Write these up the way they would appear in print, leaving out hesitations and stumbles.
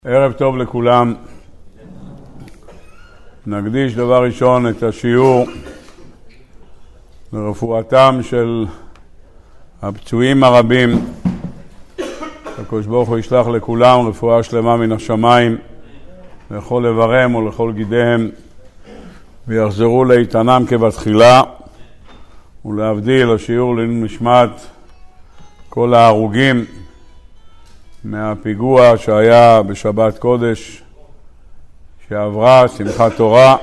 ערב טוב לכולם. נקדיש דבר ראשון את השיעור לרפואתם של הפצועים הרבים. הקדוש ברוך הוא ישלח לכולם רפואה שלמה מן השמיים לכל איבריהם ולכל גידיהם, ויחזרו לאיתנם כבתחילה, ולהבדיל השיעור לנשמת כל ההרוגים מהפיגוע שהיה בשבת קודש שעברה, שמחת תורה,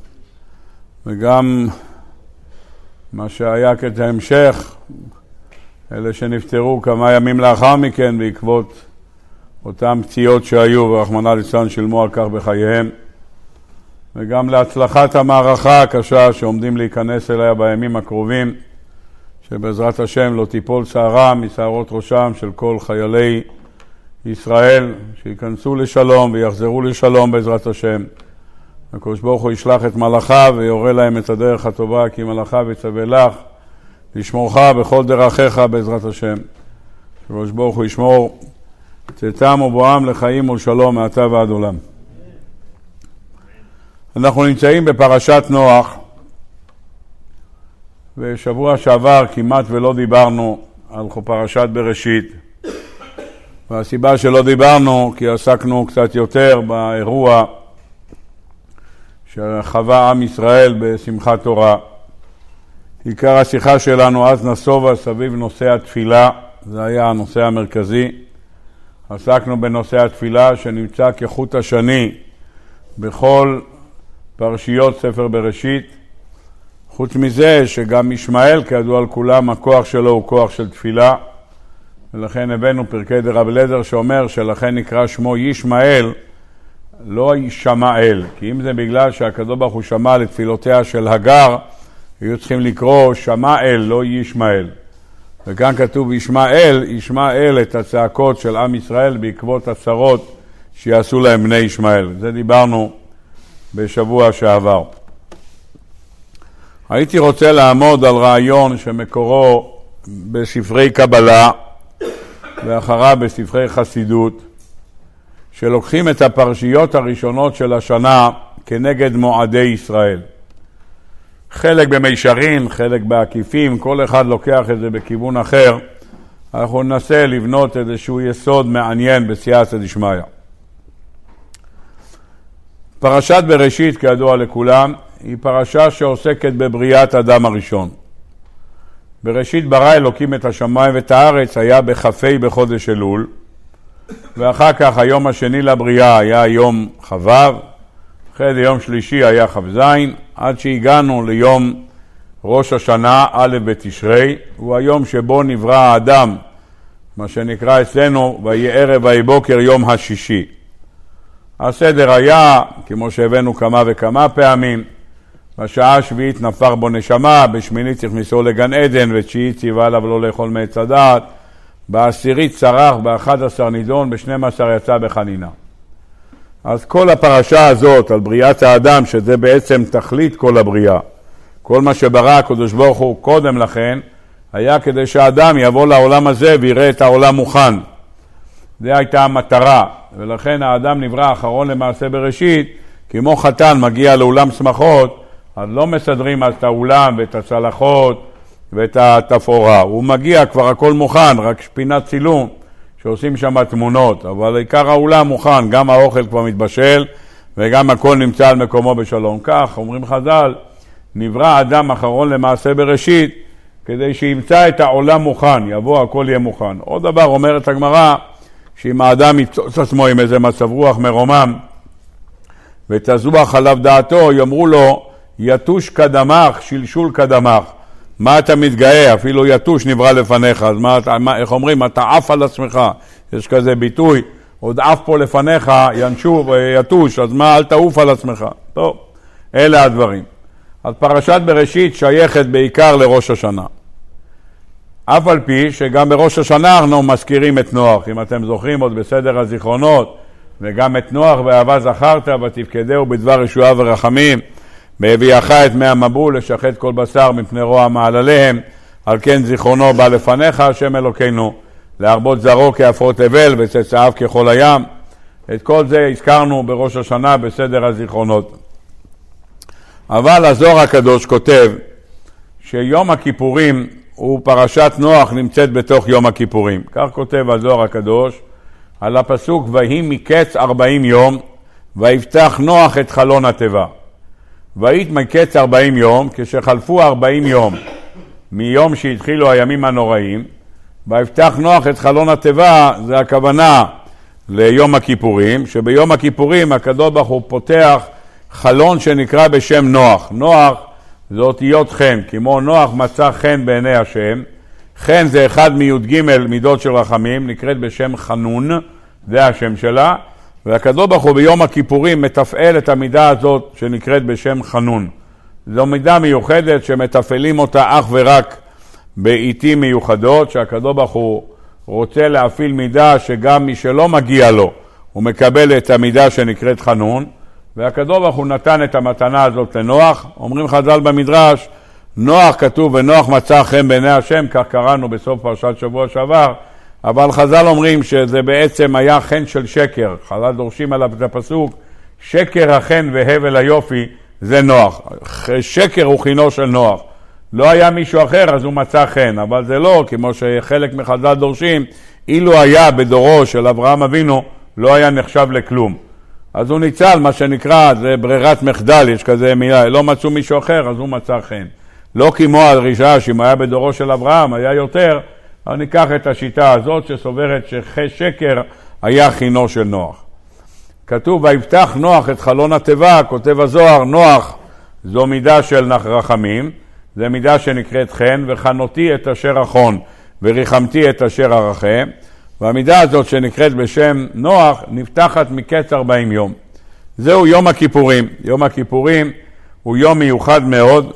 וגם מה שהיה כהמשך, אלה שנפטרו כמה ימים לאחר מכן בעקבות אותם פציעות שהיו, ורחמנא ליצלן שילמו על כך בחייהם, וגם להצלחת המערכה הקשה שעומדים להיכנס אליה בימים הקרובים, שבעזרת השם לא תיפול שערה משערות ראשם של כל חיילי ישראל, שיכנסו לשלום ויחזרו לשלום בעזרת השם. הקדוש ברוך הוא ישלח את מלאכיו ויורה להם את הדרך הטובה, כי מלאכיו יצווה לך לשמורך בכל דרכיך בעזרת השם. הקדוש ברוך הוא ישמור צאתם ובואם לחיים ולשלום מעתה ועד עולם. אנחנו נמצאים בפרשת נוח, ושבוע שעבר כמעט ולא דיברנו על פרשת בראשית, והסיבה שלא דיברנו כי עסקנו קצת יותר באירוע שחווה עם ישראל בשמחת תורה. עיקר השיחה שלנו אז נסובה סביב נושא התפילה, זה היה הנושא המרכזי. עסקנו בנושא התפילה שנמצא כחוט השני בכל פרשיות ספר בראשית. חוץ מזה שגם ישמעאל כידוע לכולם הכוח שלו הוא כוח של תפילה, ולכן הבאנו פרקי דרב אליעזר שאומר שלכן נקרא שמו ישמעאל, לא ישמעאל, כי אם זה בגלל שהקדוש ברוך הוא שמע לתפילותיה של הגר, היו צריכים לקרוא שמעאל, לא ישמעאל. וכאן כתוב ישמעאל את הצעקות של עם ישראל בעקבות הצרות שיעשו להם בני ישמעאל. זה דיברנו בשבוע שעבר. הייתי רוצה לעמוד על רעיון שמקורו בספרי קבלה ואחריו בספרי חסידות, שלוקחים את הפרשיות הראשונות של השנה כנגד מועדי ישראל. חלק במישרין, חלק בעקיפים, כל אחד לוקח את זה בכיוון אחר. אנחנו ננסה לבנות איזשהו יסוד מעניין בסייעתא דשמיא. פרשת בראשית כידוע לכולם היא פרשה שעוסקת בבריאת אדם הראשון. בראשית ברא אלוקים את השמיים ואת הארץ, היה בכ"ה בחודש אלול, ואחר כך היום השני לבריאה היה יום כ"ו, אחרי זה יום שלישי היה כ"ז, עד שהגענו ליום ראש השנה א' בתשרי, הוא היום שבו נברא האדם, מה שנקרא אצלנו ויהי ערב ויהי בוקר יום השישי. הסדר היה כמו שהבאנו כמה וכמה פעמים: בשעה השביעית נפח בו נשמה, בשמינית הכניסו לגן עדן, ותשיעית ציווה עליו לא לאכול מעץ הדעת, בעשירית צרח, ב-11 נידון, ב-12 יצא בחנינה. אז כל הפרשה הזאת על בריאת האדם, שזה בעצם תכלית כל הבריאה, כל מה שברא הקדוש ברוך הוא קודם לכן, היה כדי שהאדם יבוא לעולם הזה ויראה את העולם מוכן. זה הייתה המטרה, ולכן האדם נברא אחרון למעשה בראשית, כמו חתן מגיע לאולם שמחות, אז לא מסדרים אז את האולם ואת הצלחות ואת התפאורה. הוא מגיע, כבר הכל מוכן, רק פינת צילום שעושים שם תמונות. אבל עיקר האולם מוכן, גם האוכל כבר מתבשל וגם הכל נמצא על מקומו בשלום. כך אומרים חז"ל, נברא אדם אחרון למעשה בראשית כדי שימצא את העולם מוכן, יבוא הכל יהיה מוכן. עוד דבר אומרת הגמרא, שאם האדם יצוץ עצמו עם איזה מצב רוח מרומם ותזוח עליו דעתו, יאמרו לו יתוש קדמך, שלשול קדמך. מה אתה מתגאה? אפילו יתוש נברא לפניך. אז איך אומרים? אתה עף על עצמך. יש כזה ביטוי, עוד עף פה לפניך, ינשוב, יתוש, אז מה, אל תעוף על עצמך. טוב, אלה הדברים. אז פרשת בראשית שייכת בעיקר לראש השנה. אף על פי שגם בראש השנה אנחנו מזכירים את נוח. אם אתם זוכרים עוד בסדר הזיכרונות, וגם את נוח ואהבה זכרת ותפקדהו בדבר ישועה ורחמים, בהביאך את מי המבול לשחט כל בשר מפני רוע מעלליהם, על כן זיכרונו בא לפניך השם אלוקינו, להרבות זרעו כעפרות תבל וצאצאיו ככל הים. את כל זה הזכרנו בראש השנה בסדר הזיכרונות. אבל הזוהר הקדוש כותב שיום הכיפורים הוא פרשת נוח נמצאת בתוך יום הכיפורים. כך כותב הזוהר הקדוש על הפסוק ויהי מקץ 40 יום ויפתח נוח את חלון התיבה. ויהי מקץ 40 יום, כשחלפו 40 יום מיום שהתחילו הימים הנוראים, ויפתח נוח את חלון התיבה, זה הכוונה ליום הכיפורים, שביום הכיפורים הקדוש ברוך הוא פותח חלון שנקרא בשם נוח. נוח זה אותיות חן, כמו נוח מצא חן בעיני השם. חן זה אחד מי"ג מידות של רחמים, נקראת בשם חנון, זה השם שלה, והקדוש ברוך הוא ביום הכיפורים מתפעל את המידה הזאת שנקראת בשם חנון. זו מידה מיוחדת שמתפעלים אותה אך ורק בעיתים מיוחדות, שהקדוש ברוך הוא רוצה להפעיל מידה שגם מי שלא מגיע לו הוא מקבל את המידה שנקראת חנון, והקדוש ברוך הוא נתן את המתנה הזאת לנוח. אומרים חז"ל במדרש, נוח כתוב ונוח מצא חן בעיני השם, כך קראנו בסוף פרשת שבוע שעבר, אבל חז"ל אומרים שזה בעצם היה חן של שקר. חז"ל דורשים עליו את הפסוק, שקר החן והבל היופי זה נוח. שקר הוא חינו של נוח. לא היה מישהו אחר אז הוא מצא חן, אבל זה לא, כמו שחלק מחז"ל דורשים, אילו היה בדורו של אברהם אבינו לא היה נחשב לכלום. אז הוא ניצל, מה שנקרא, זה ברירת מחדל, יש כזה מילה, לא מצאו מישהו אחר אז הוא מצא חן. לא כמו הדרישה שאם היה בדורו של אברהם היה יותר, אבל ניקח את השיטה הזאת שסוברת ששקר היה חינו של נוח. כתוב ויפתח נוח את חלון התיבה, כותב הזוהר, נוח זו מידה של רחמים, זה מידה שנקראת חן, וחנותי את אשר אחון וריחמתי את אשר ארחם, והמידה הזאת שנקראת בשם נוח נפתחת מקץ 40 יום. זהו יום הכיפורים. יום הכיפורים הוא יום מיוחד מאוד,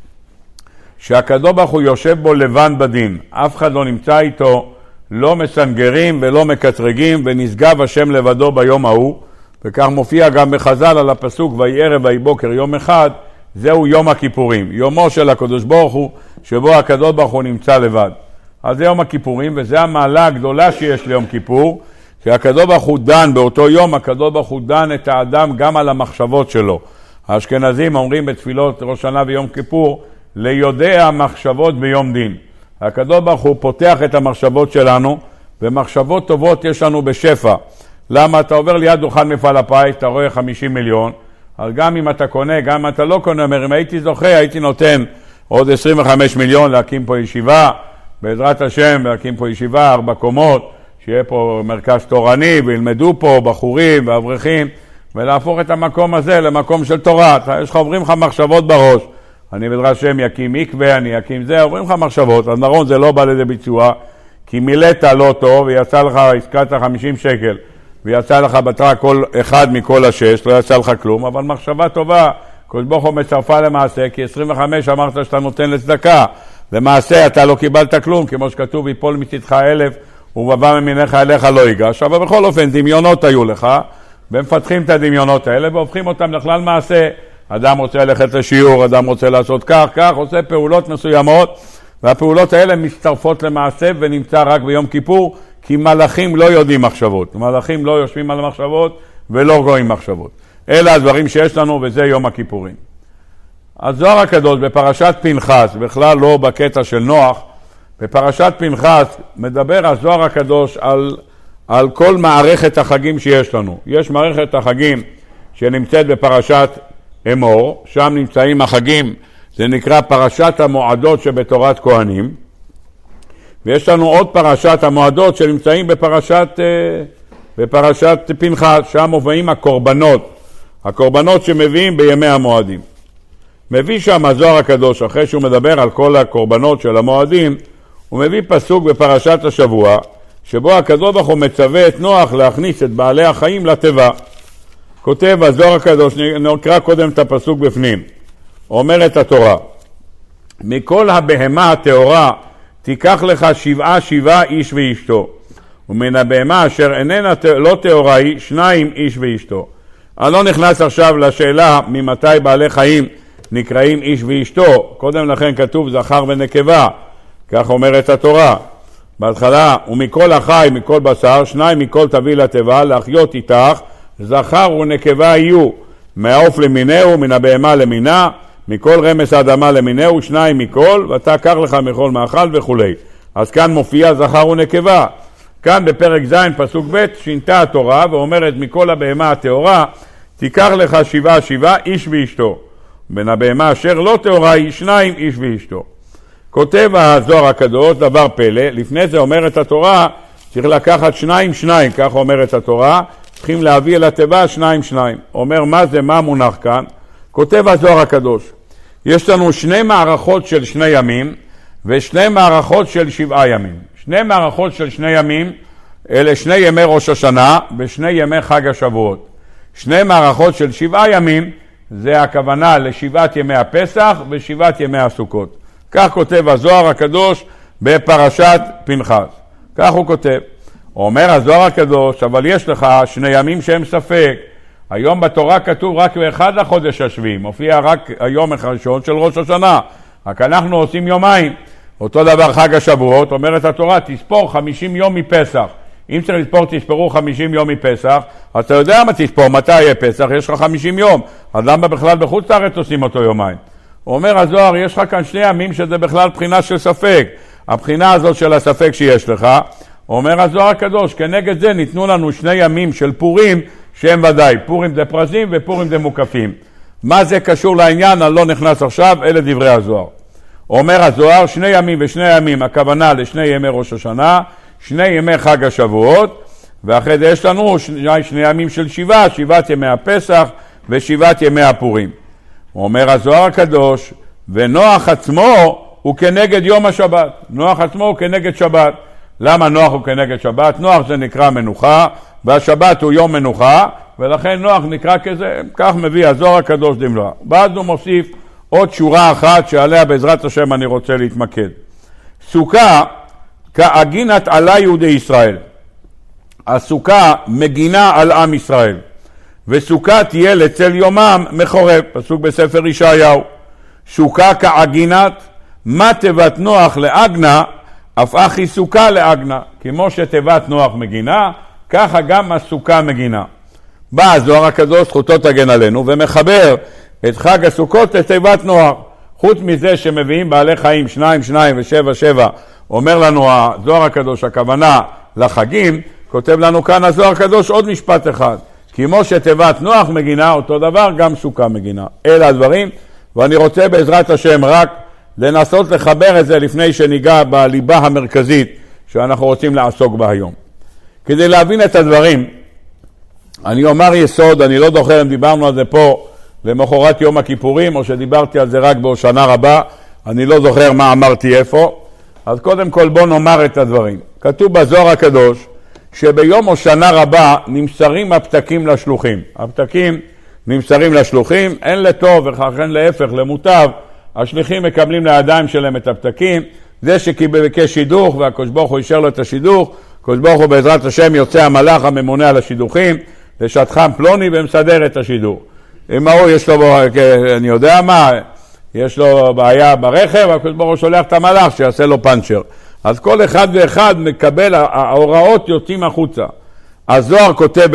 שהקדוש ברוך הוא יושב בו לבן בדין, אף אחד לא נמצא איתו, לא מסנגרים ולא מקטרגים, ונשגב השם לבדו ביום ההוא, וכך מופיע גם בחז"ל על הפסוק ויהי ערב ויהי בוקר יום אחד. זהו יום הכיפורים, יומו של הקדוש ברוך הוא, שבו הקדוש ברוך הוא נמצא לבד. אז זה יום הכיפורים, וזה המעלה הגדולה שיש ליום כיפור, שהקדוש ברוך הוא דן באותו יום, הקדוש ברוך הוא דן את האדם גם על המחשבות שלו. האשכנזים אומרים בתפילות ראש שנה ויום כיפור, ליודע מחשבות ביום דין. הקדוש ברוך הוא פותח את המחשבות שלנו, ומחשבות טובות יש לנו בשפע. למה? אתה עובר ליד דוכן מפעל הפיס, אתה רואה 50 מיליון, אז גם אם אתה קונה, גם אם אתה לא קונה, אומר, אם הייתי זוכה, הייתי נותן עוד 25 מיליון להקים פה ישיבה, בעזרת השם, להקים פה ישיבה, 4 קומות, שיהיה פה מרכז תורני, וילמדו פה בחורים ואברכים, ולהפוך את המקום הזה למקום של תורה. יש לך, עוברים לך מחשבות בראש, אני בעזרת השם יקים מקווה, אני אקים זה, עוברים לך מחשבות, אז נרון זה לא בא לידי ביצוע, כי מילאת לא טוב, ויצא לך, עסקת 50 שקל, ויצא לך בתרה כל אחד מכל 6, לא יצא לך כלום, אבל מחשבה טובה, קדוש ברוך הוא מצרפה למעשה, כי 25 אמרת שאתה נותן לצדקה, למעשה אתה לא קיבלת כלום, כמו שכתוב, יפול מצדך 1000, ובבא ממינך אליך לא ייגש. אבל בכל אופן, דמיונות היו לך, ומפתחים את הדמיונות האלה, והופכים אותם לכלל מעשה. אדם רוצה ללכת לשיעור, אדם רוצה לעשות כך, עושה פעולות מסוימות, והפעולות האלה מצטרפות למעשה, ונמצא רק ביום כיפור, כי מלאכים לא יודעים מחשבות. מלאכים לא יושבים על מחשבות, ולא רואים מחשבות. אלה הדברים שיש לנו, וזה יום הכיפורים. הזוהר הקדוש בפרשת פנחס, בכלל לא בקטע של נוח, בפרשת פנחס מדבר הזוהר הקדוש על כל מערכת החגים שיש לנו. יש מערכת החגים שנמצאת בפרשת אמור, שם נמצאים החגים, זה נקרא פרשת המועדות שבתורת כהנים, ויש לנו עוד פרשת המועדות שנמצאים בפרשת פנחס, שם מובאים הקורבנות שמביאים בימי המועדים. מביא שם הזוהר הקדוש, אחרי שהוא מדבר על כל הקורבנות של המועדים, הוא מביא פסוק בפרשת השבוע, שבו הקדוש ברוך הוא מצווה את נוח להכניס את בעלי החיים לתיבה. כותב הזוהר הקדוש, נקרא קודם את הפסוק בפנים, אומרת התורה, מכל הבהמה הטהורה תיקח לך 7 איש ואשתו, ומן הבהמה אשר איננה לא טהורה היא 2 איש ואשתו. אני לא נכנס עכשיו לשאלה ממתי בעלי חיים נקראים איש ואשתו, קודם לכן כתוב זכר ונקבה, כך אומרת התורה. בהתחלה, ומכל החי, מכל בשר, 2 מכל תביא לתיבה, להחיות איתך, זכר ונקבה יהיו, מהעוף למינהו, מן הבהמה למינה, מכל רמס האדמה למינהו, 2 מכל, ואתה קח לך מכל מאכל וכו'. אז כאן מופיע זכר ונקבה. כאן בפרק ז' פסוק ב' שינתה התורה ואומרת מכל הבהמה הטהורה, תיקח לך 7 איש ואשתו. בין הבהמה אשר לא טהורה היא 2 איש ואשתו. כותב הזוהר הקדוש דבר פלא, לפני זה אומרת התורה, צריך לקחת 2, כך אומרת התורה, צריכים להביא אל התיבה 2. אומר מה זה, מה מונח כאן? כותב הזוהר הקדוש, יש לנו 2 מערכות של 2 ימים, ו2 מערכות של 7 ימים. 2 מערכות של 2 ימים, אלה 2 ימי ראש השנה, ו2 ימי חג השבועות. 2 מערכות של 7 ימים, זה הכוונה ל7 ימי הפסח ו7 ימי הסוכות. כך כותב הזוהר הקדוש בפרשת פנחס. כך הוא כותב. אומר הזוהר הקדוש, אבל יש לך 2 ימים שהם ספק. היום בתורה כתוב רק באחד לחודש השביעי, מופיע רק היום הראשון של ראש השנה. רק אנחנו עושים יומיים. אותו דבר חג השבועות, אומרת התורה, תספור 50 יום מפסח. אם צריך לספור, תספרו 50 יום מפסח, אז אתה יודע מה תספור, מתי יהיה פסח, יש לך 50 יום. אז למה בכלל בחוץ לארץ עושים אותו יומיים? הוא אומר הזוהר, יש לך כאן 2 ימים שזה בכלל בחינה של ספק. הבחינה הזאת של הספק שיש לך, אומר הזוהר הקדוש, כנגד זה ניתנו לנו 2 ימים של פורים, שהם ודאי, פורים זה פרזים ופורים זה מוקפים. מה זה קשור לעניין? אני לא נכנס עכשיו, אלה דברי הזוהר. אומר הזוהר, 2 ימים ו2 ימים, הכוונה ל2 ימי ראש השנה, 2 ימי חג השבועות, ואחרי זה יש לנו 2 ימים של 7 ימי הפסח ו7 ימי הפורים. אומר הזוהר הקדוש, ונוח עצמו הוא כנגד יום השבת. נוח עצמו הוא כנגד שבת. למה נוח הוא כנגד שבת? נוח זה נקרא מנוחה, והשבת הוא יום מנוחה, ולכן נוח נקרא כזה, כך מביא הזוהר הקדוש דמלואה. ואז הוא מוסיף עוד שורה אחת שעליה בעזרת השם אני רוצה להתמקד. סוכה כאגינת עלי יהודי ישראל. הסוכה מגינה על עם ישראל. וסוכה תהיה לצל יומם מחורב, פסוק בספר ישעיהו. סוכה כאגינת, מה תיבת נוח לאגנה, אף אחי סוכה לאגנה. כמו שתיבת נוח מגינה, ככה גם הסוכה מגינה. בא הזוהר הקדוש, זכותו תגן עלינו, ומחבר את חג הסוכות לתיבת נוח. חוץ מזה שמביאים בעלי חיים 2 ו7, אומר לנו הזוהר הקדוש, הכוונה לחגים, כותב לנו כאן הזוהר הקדוש עוד משפט אחד. כמו שתיבת נוח מגינה, אותו דבר גם סוכה מגינה. אלה הדברים, ואני רוצה בעזרת השם רק לנסות לחבר את זה לפני שניגע בליבה המרכזית שאנחנו רוצים לעסוק בה היום. כדי להבין את הדברים, אני אומר יסוד, אני לא זוכר אם דיברנו על זה פה למחרת יום הכיפורים, או שדיברתי על זה רק בהושענא רבה, אני לא זוכר מה אמרתי איפה. אז קודם כל בוא נאמר את הדברים. כתוב בזוהר הקדוש, שביום הושענא רבה נמסרים הפתקים לשלוחים. הפתקים נמסרים לשלוחים, אין לטוב וכן להפך, למוטב. השליחים מקבלים לידיים שלהם את הפתקים. זה שביקש שידוך והקדוש ברוך הוא אישר לו את השידוך, הקדוש ברוך הוא בעזרת השם יוצא המלאך הממונה על השידוכים, לשטחם פלוני ומסדר את השידוך. אם ההוא יש לו, אני יודע מה, יש לו בעיה ברכב, הקדוש ברוך הוא שולח את המלאך שיעשה לו פנצ'ר. אז כל אחד ואחד מקבל, ההוראות יוצאים החוצה. הזוהר כותב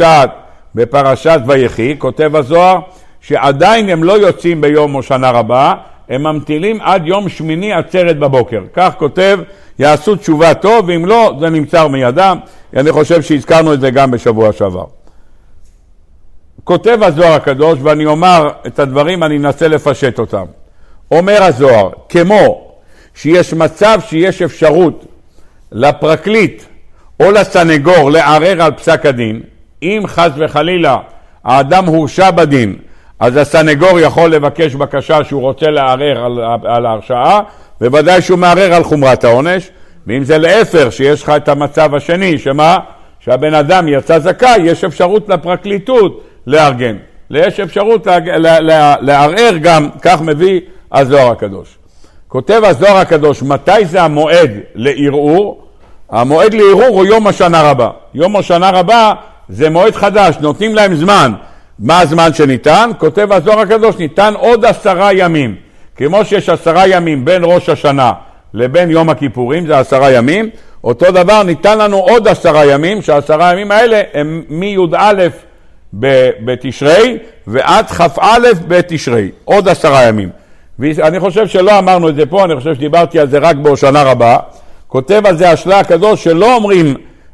בפרשת ויחי, כותב הזוהר, שעדיין הם לא יוצאים ביום הושענא רבה, הם ממתינים עד יום שמיני עצרת בבוקר. כך כותב, יעשו תשובה טוב, ואם לא, זה נמצא מידם. אני חושב שהזכרנו את זה גם בשבוע שעבר. כותב הזוהר הקדוש, ואני אומר את הדברים, אני אנסה לפשט אותם. אומר הזוהר, כמו שיש מצב שיש אפשרות לפרקליט או לסנגור לערער על פסק הדין, אם חס וחלילה האדם הורשע בדין, אז הסנגור יכול לבקש בקשה שהוא רוצה לערער על ההרשעה, בוודאי שהוא מערער על חומרת העונש. ואם זה להפך, שיש לך את המצב השני, שמה? שהבן אדם יצא זכאי, יש אפשרות לפרקליטות לארגן. יש אפשרות לערער גם, כך מביא הזוהר הקדוש. כותב הזוהר הקדוש, מתי זה המועד לערעור? המועד לערעור הוא יום הושענא רבה. יום הושענא רבה זה מועד חדש, נותנים להם זמן. מה הזמן שניתן? כותב הזוהר הקדוש, ניתן עוד 10 ימים. כמו שיש 10 ימים בין ראש השנה לבין יום הכיפורים, זה 10 ימים. אותו דבר ניתן לנו עוד 10 ימים, ש10 הימים האלה הם מי"א בתשרי ועד כ"א בתשרי, עוד 10 ימים. ואני חושב שלא אמרנו את זה פה, אני חושב שדיברתי על זה רק בהושענא רבה. כותב על זה השל"ה הקדוש שלא אומרים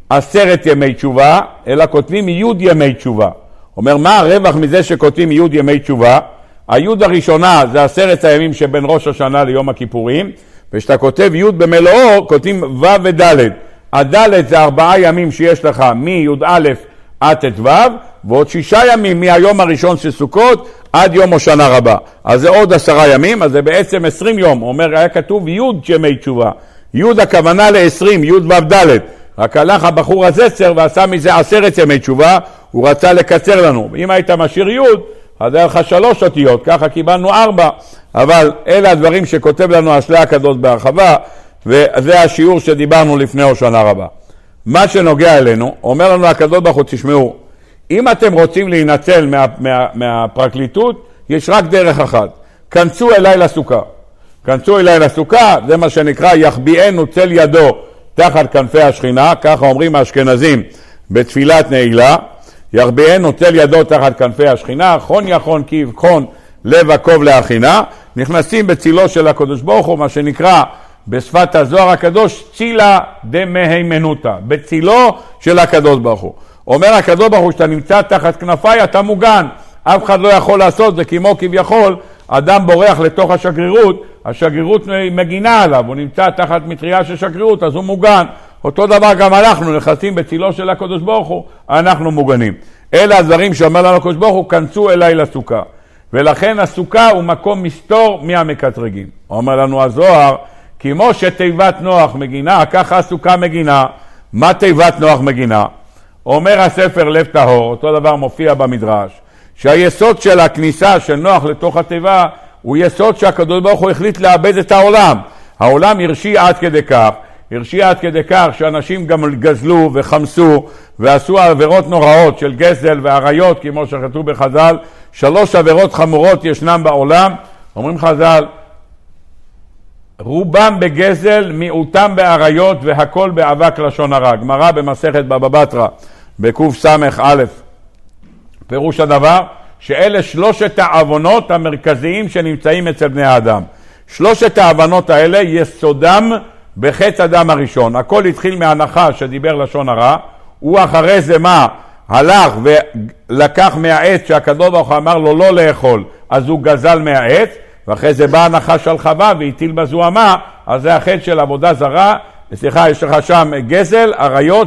10 ימי תשובה, אלא כותבים י' ימי תשובה. אומר, מה הרווח מזה שכותבים י' ימי תשובה? הי' הראשונה זה 10 הימים שבין ראש השנה ליום הכיפורים, ושאתה כותב י' במלואו, כותבים ו' וד'. הד' זה 4 ימים שיש לך מי"א עד ט"ו, ועוד 6 ימים מהיום הראשון של סוכות עד יום הושענא רבה. אז זה עוד 10 ימים, אז זה בעצם 20 יום. הוא אומר, היה כתוב י' ימי תשובה. י' הכוונה ל-20, י' ו' ד'. רק הלך הבחור הזצר ועשה מזה 10 ימי תשובה, הוא רצה לקצר לנו. אם היית משאיר י', אז היה לך 3 אותיות, ככה קיבלנו 4. אבל אלה הדברים שכותב לנו השל"ה הקדוש בהרחבה, וזה השיעור שדיברנו לפני הושענא רבה. מה שנוגע אלינו, אומר לנו הקדוש ברוך הוא, תשמעו, אם אתם רוצים להינצל מהפרקליטות, יש רק דרך אחת. כנסו אליי לסוכה. כנסו אליי לסוכה, זה מה שנקרא יחביאנו צל ידו תחת כנפי השכינה, ככה אומרים האשכנזים בתפילת נעילה, יחביאנו צל ידו תחת כנפי השכינה, חון יחון כי יבחון לב עקוב להכינה, נכנסים בצילו של הקדוש ברוך הוא, מה שנקרא בשפת הזוהר הקדוש, צילה דמהימנותא, בצילו של הקדוש ברוך הוא. אומר הקדוש ברוך הוא, שאתה נמצא תחת כנפיי, אתה מוגן. אף אחד לא יכול לעשות, זה כמו כביכול, אדם בורח לתוך השגרירות, השגרירות מגינה עליו, הוא נמצא תחת מטריה של שגרירות, אז הוא מוגן. אותו דבר גם אנחנו נכנסים בצילו של הקדוש ברוך הוא, אנחנו מוגנים. אלה הדברים שאומר לנו הקדוש ברוך הוא, כנסו אליי לסוכה. ולכן הסוכה הוא מקום מסתור מהמקטרגים. אומר לנו הזוהר, כמו שתיבת נוח מגינה, ככה הסוכה מגינה. מה תיבת נוח מגינה? אומר הספר לב טהור, אותו דבר מופיע במדרש, שהיסוד של הכניסה של נוח לתוך התיבה, הוא יסוד שהקדוש ברוך הוא החליט לאבד את העולם. העולם הרשיע עד כדי כך שאנשים גם גזלו וחמסו ועשו עבירות נוראות של גזל ועריות, כמו שכתוב בחז"ל. 3 עבירות חמורות ישנם בעולם, אומרים חז"ל, רובם בגזל, מיעוטם בעריות, והכל באבק לשון הרע. גמרא במסכת בבא בתרא בקס"א. פירוש הדבר שאלה 3 העוונות המרכזיים שנמצאים אצל בני האדם. 3 העוונות האלה יסודם בחטא אדם הראשון. הכל התחיל מהנחש שדיבר לשון הרע, הוא אחרי זה מה? הלך ולקח מהעץ שהקדוש ברוך הוא אמר לו לא לאכול, אז הוא גזל מהעץ, ואחרי זה בא הנחש על חווה והטיל בזוהמה, אז זה החטא של עבודה זרה. סליחה, יש לך שם גזל, עריות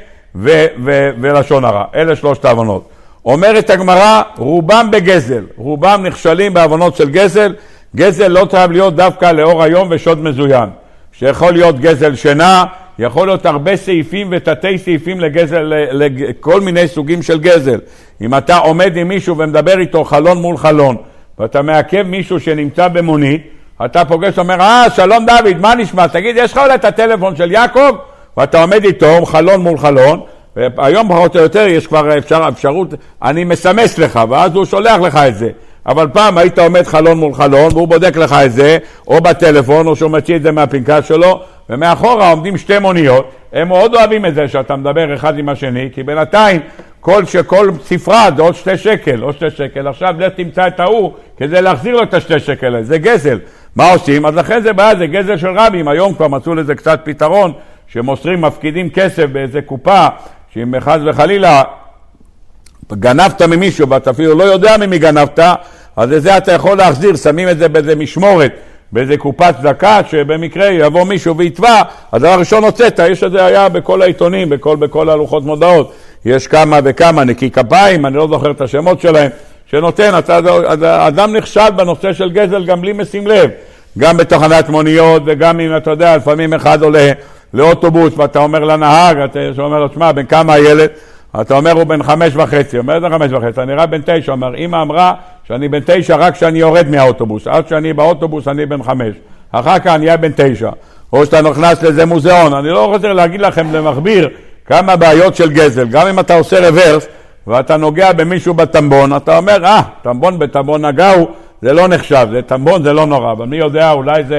ולשון הרע. אלה 3 העוונות. אומרת הגמרא, רובם בגזל, רובם נכשלים בעוונות של גזל. גזל לא חייב להיות דווקא לאור היום ושוד מזוין, שיכול להיות גזל שינה, יכול להיות הרבה סעיפים ותתי סעיפים לגזל, לכל מיני סוגים של גזל. אם אתה עומד עם מישהו ומדבר איתו חלון מול חלון, ואתה מעכב מישהו שנמצא במונית, אתה פוגש ואומר, שלום דוד, מה נשמע? תגיד, יש לך אולי את הטלפון של יעקב? ואתה עומד איתו חלון מול חלון, והיום פחות או יותר יש כבר אפשרות, אני מסמס לך, ואז הוא שולח לך את זה. אבל פעם היית עומד חלון מול חלון, והוא בודק לך את זה, או בטלפון, או שהוא מציא את זה מהפנקס שלו, ומאחורה עומדים 2 מוניות. הם מאוד אוהבים את זה שאתה מדבר אחד עם השני, כי בינתיים כל ספרה זה עוד 2 שקל, עוד 2 שקל. עכשיו לך תמצא את ההוא כדי להחזיר לו את 2 שקל, זה גזל. מה עושים? אז לכן זה בעיה, זה גזל של רבים. היום כבר מצאו לזה קצת פתרון, שמוסרים, מפקידים כסף באיזה קופה, שאם חס וחלילה גנבת ממישהו ואתה אפילו לא יודע ממי גנבת, אז את זה אתה יכול להחזיר, שמים את זה באיזה משמורת, באיזה קופת צדקה, שבמקרה יבוא מישהו ויתבע, הדבר הראשון הוצאת, יש את זה היה בכל העיתונים, בכל הלוחות מודעות, יש כמה וכמה, נקי כפיים, אני לא זוכר את השמות שלהם, שנותן, אדם נכשל בנושא של גזל גם בלי משים לב, גם בתחנת מוניות, וגם אם אתה יודע, לפעמים אחד עולה לאוטובוס, ואתה אומר לנהג, אתה אומר לו, שמע, בן כמה הילד? אתה אומר, הוא בן 5.5, אומר, זה 5.5, אני נראה בן 9, אומר, אמא אמרה שאני בן 9 רק כשאני יורד מהאוטובוס, עד שאני באוטובוס אני בן 5, אחר כך אני אהיה בן 9, או שאתה נכנס לזה מוזיאון. אני לא רוצה להגיד לכם למכביר כמה בעיות של גזל, גם אם אתה עושה רוורס, ואתה נוגע במישהו בטמבון, אתה אומר, טמבון בטמבון נגעו, זה לא נחשב, זה טמבון, זה לא נורא, אבל מי יודע, אולי זה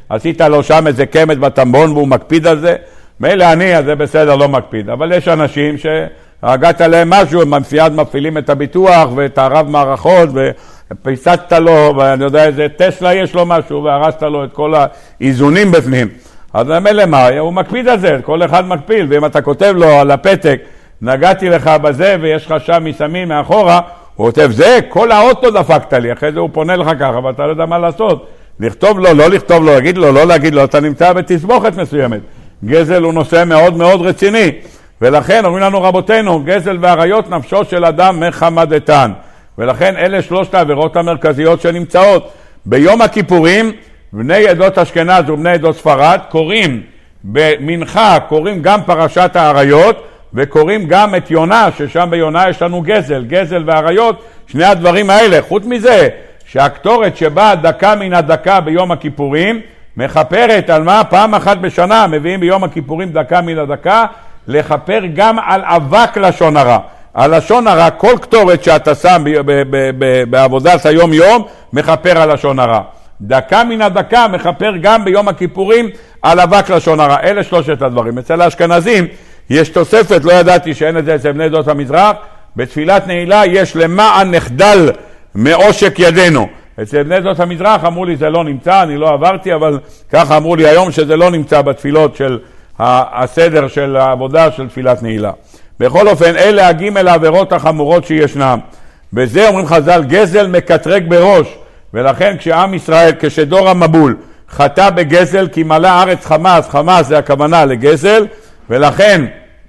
עשית לו שם איזה קמת בטמבון והוא מקפיד על זה, מילא אני, אז זה בסדר, לא מקפיד. אבל יש אנשים שהגעת להם משהו, הם מיד מפעילים את הביטוח ואת הרב מערכות, ופיסצת לו, ואני יודע איזה טסלה יש לו משהו, והרסת לו את כל האיזונים בפנים. אז מילא מה, הוא מקפיד על זה, כל אחד מקפיד, ואם אתה כותב לו על הפתק, נגעתי לך בזה ויש לך שם מסמים מאחורה, הוא כותב זה, כל האוטו דפקת לי, אחרי זה הוא פונה לך ככה, ואתה לא יודע מה לעשות. לכתוב לו, לא לכתוב לו, להגיד לו, לא להגיד לו, אתה נמצא בתסבוכת מסוימת. גזל הוא נושא מאוד מאוד רציני, ולכן אומרים לנו רבותינו, גזל ועריות נפשו של אדם מחמדתן. ולכן אלה שלושת העבירות המרכזיות שנמצאות. ביום הכיפורים, בני עדות אשכנז ובני עדות ספרד קוראים במנחה, קוראים גם פרשת העריות, וקוראים גם את יונה, ששם ביונה יש לנו גזל ועריות, שני הדברים האלה. חוץ מזה, שהקטורת שבאה דקה מן הדקה ביום הכיפורים, מחפרת על מה? פעם אחת בשנה מביאים ביום הכיפורים דקה מן הדקה, לחפר גם על אבק לשון הרע. על לשון הרע, כל קטורת שאתה שם בעבודת היום יום, מחפר על לשון הרע. דקה מן הדקה מחפר גם ביום הכיפורים על אבק לשון הרע. אלה שלושת הדברים. אצל האשכנזים יש תוספת, לא ידעתי שאין את זה אצל בני עדות המזרח, בתפילת נעילה יש למען נחדל מעושק ידינו. אצל בני עדות המזרח אמרו לי זה לא נמצא, אני לא עברתי, אבל ככה אמרו לי היום שזה לא נמצא בתפילות של הסדר של העבודה של תפילת נעילה. בכל אופן, אלה הגימל העבירות החמורות שישנם. בזה אומרים חז"ל, גזל מקטרג בראש, ולכן כשעם ישראל, כשדור המבול, חטא בגזל כי מלא הארץ חמאס, חמאס זה הכוונה לגזל, ולכן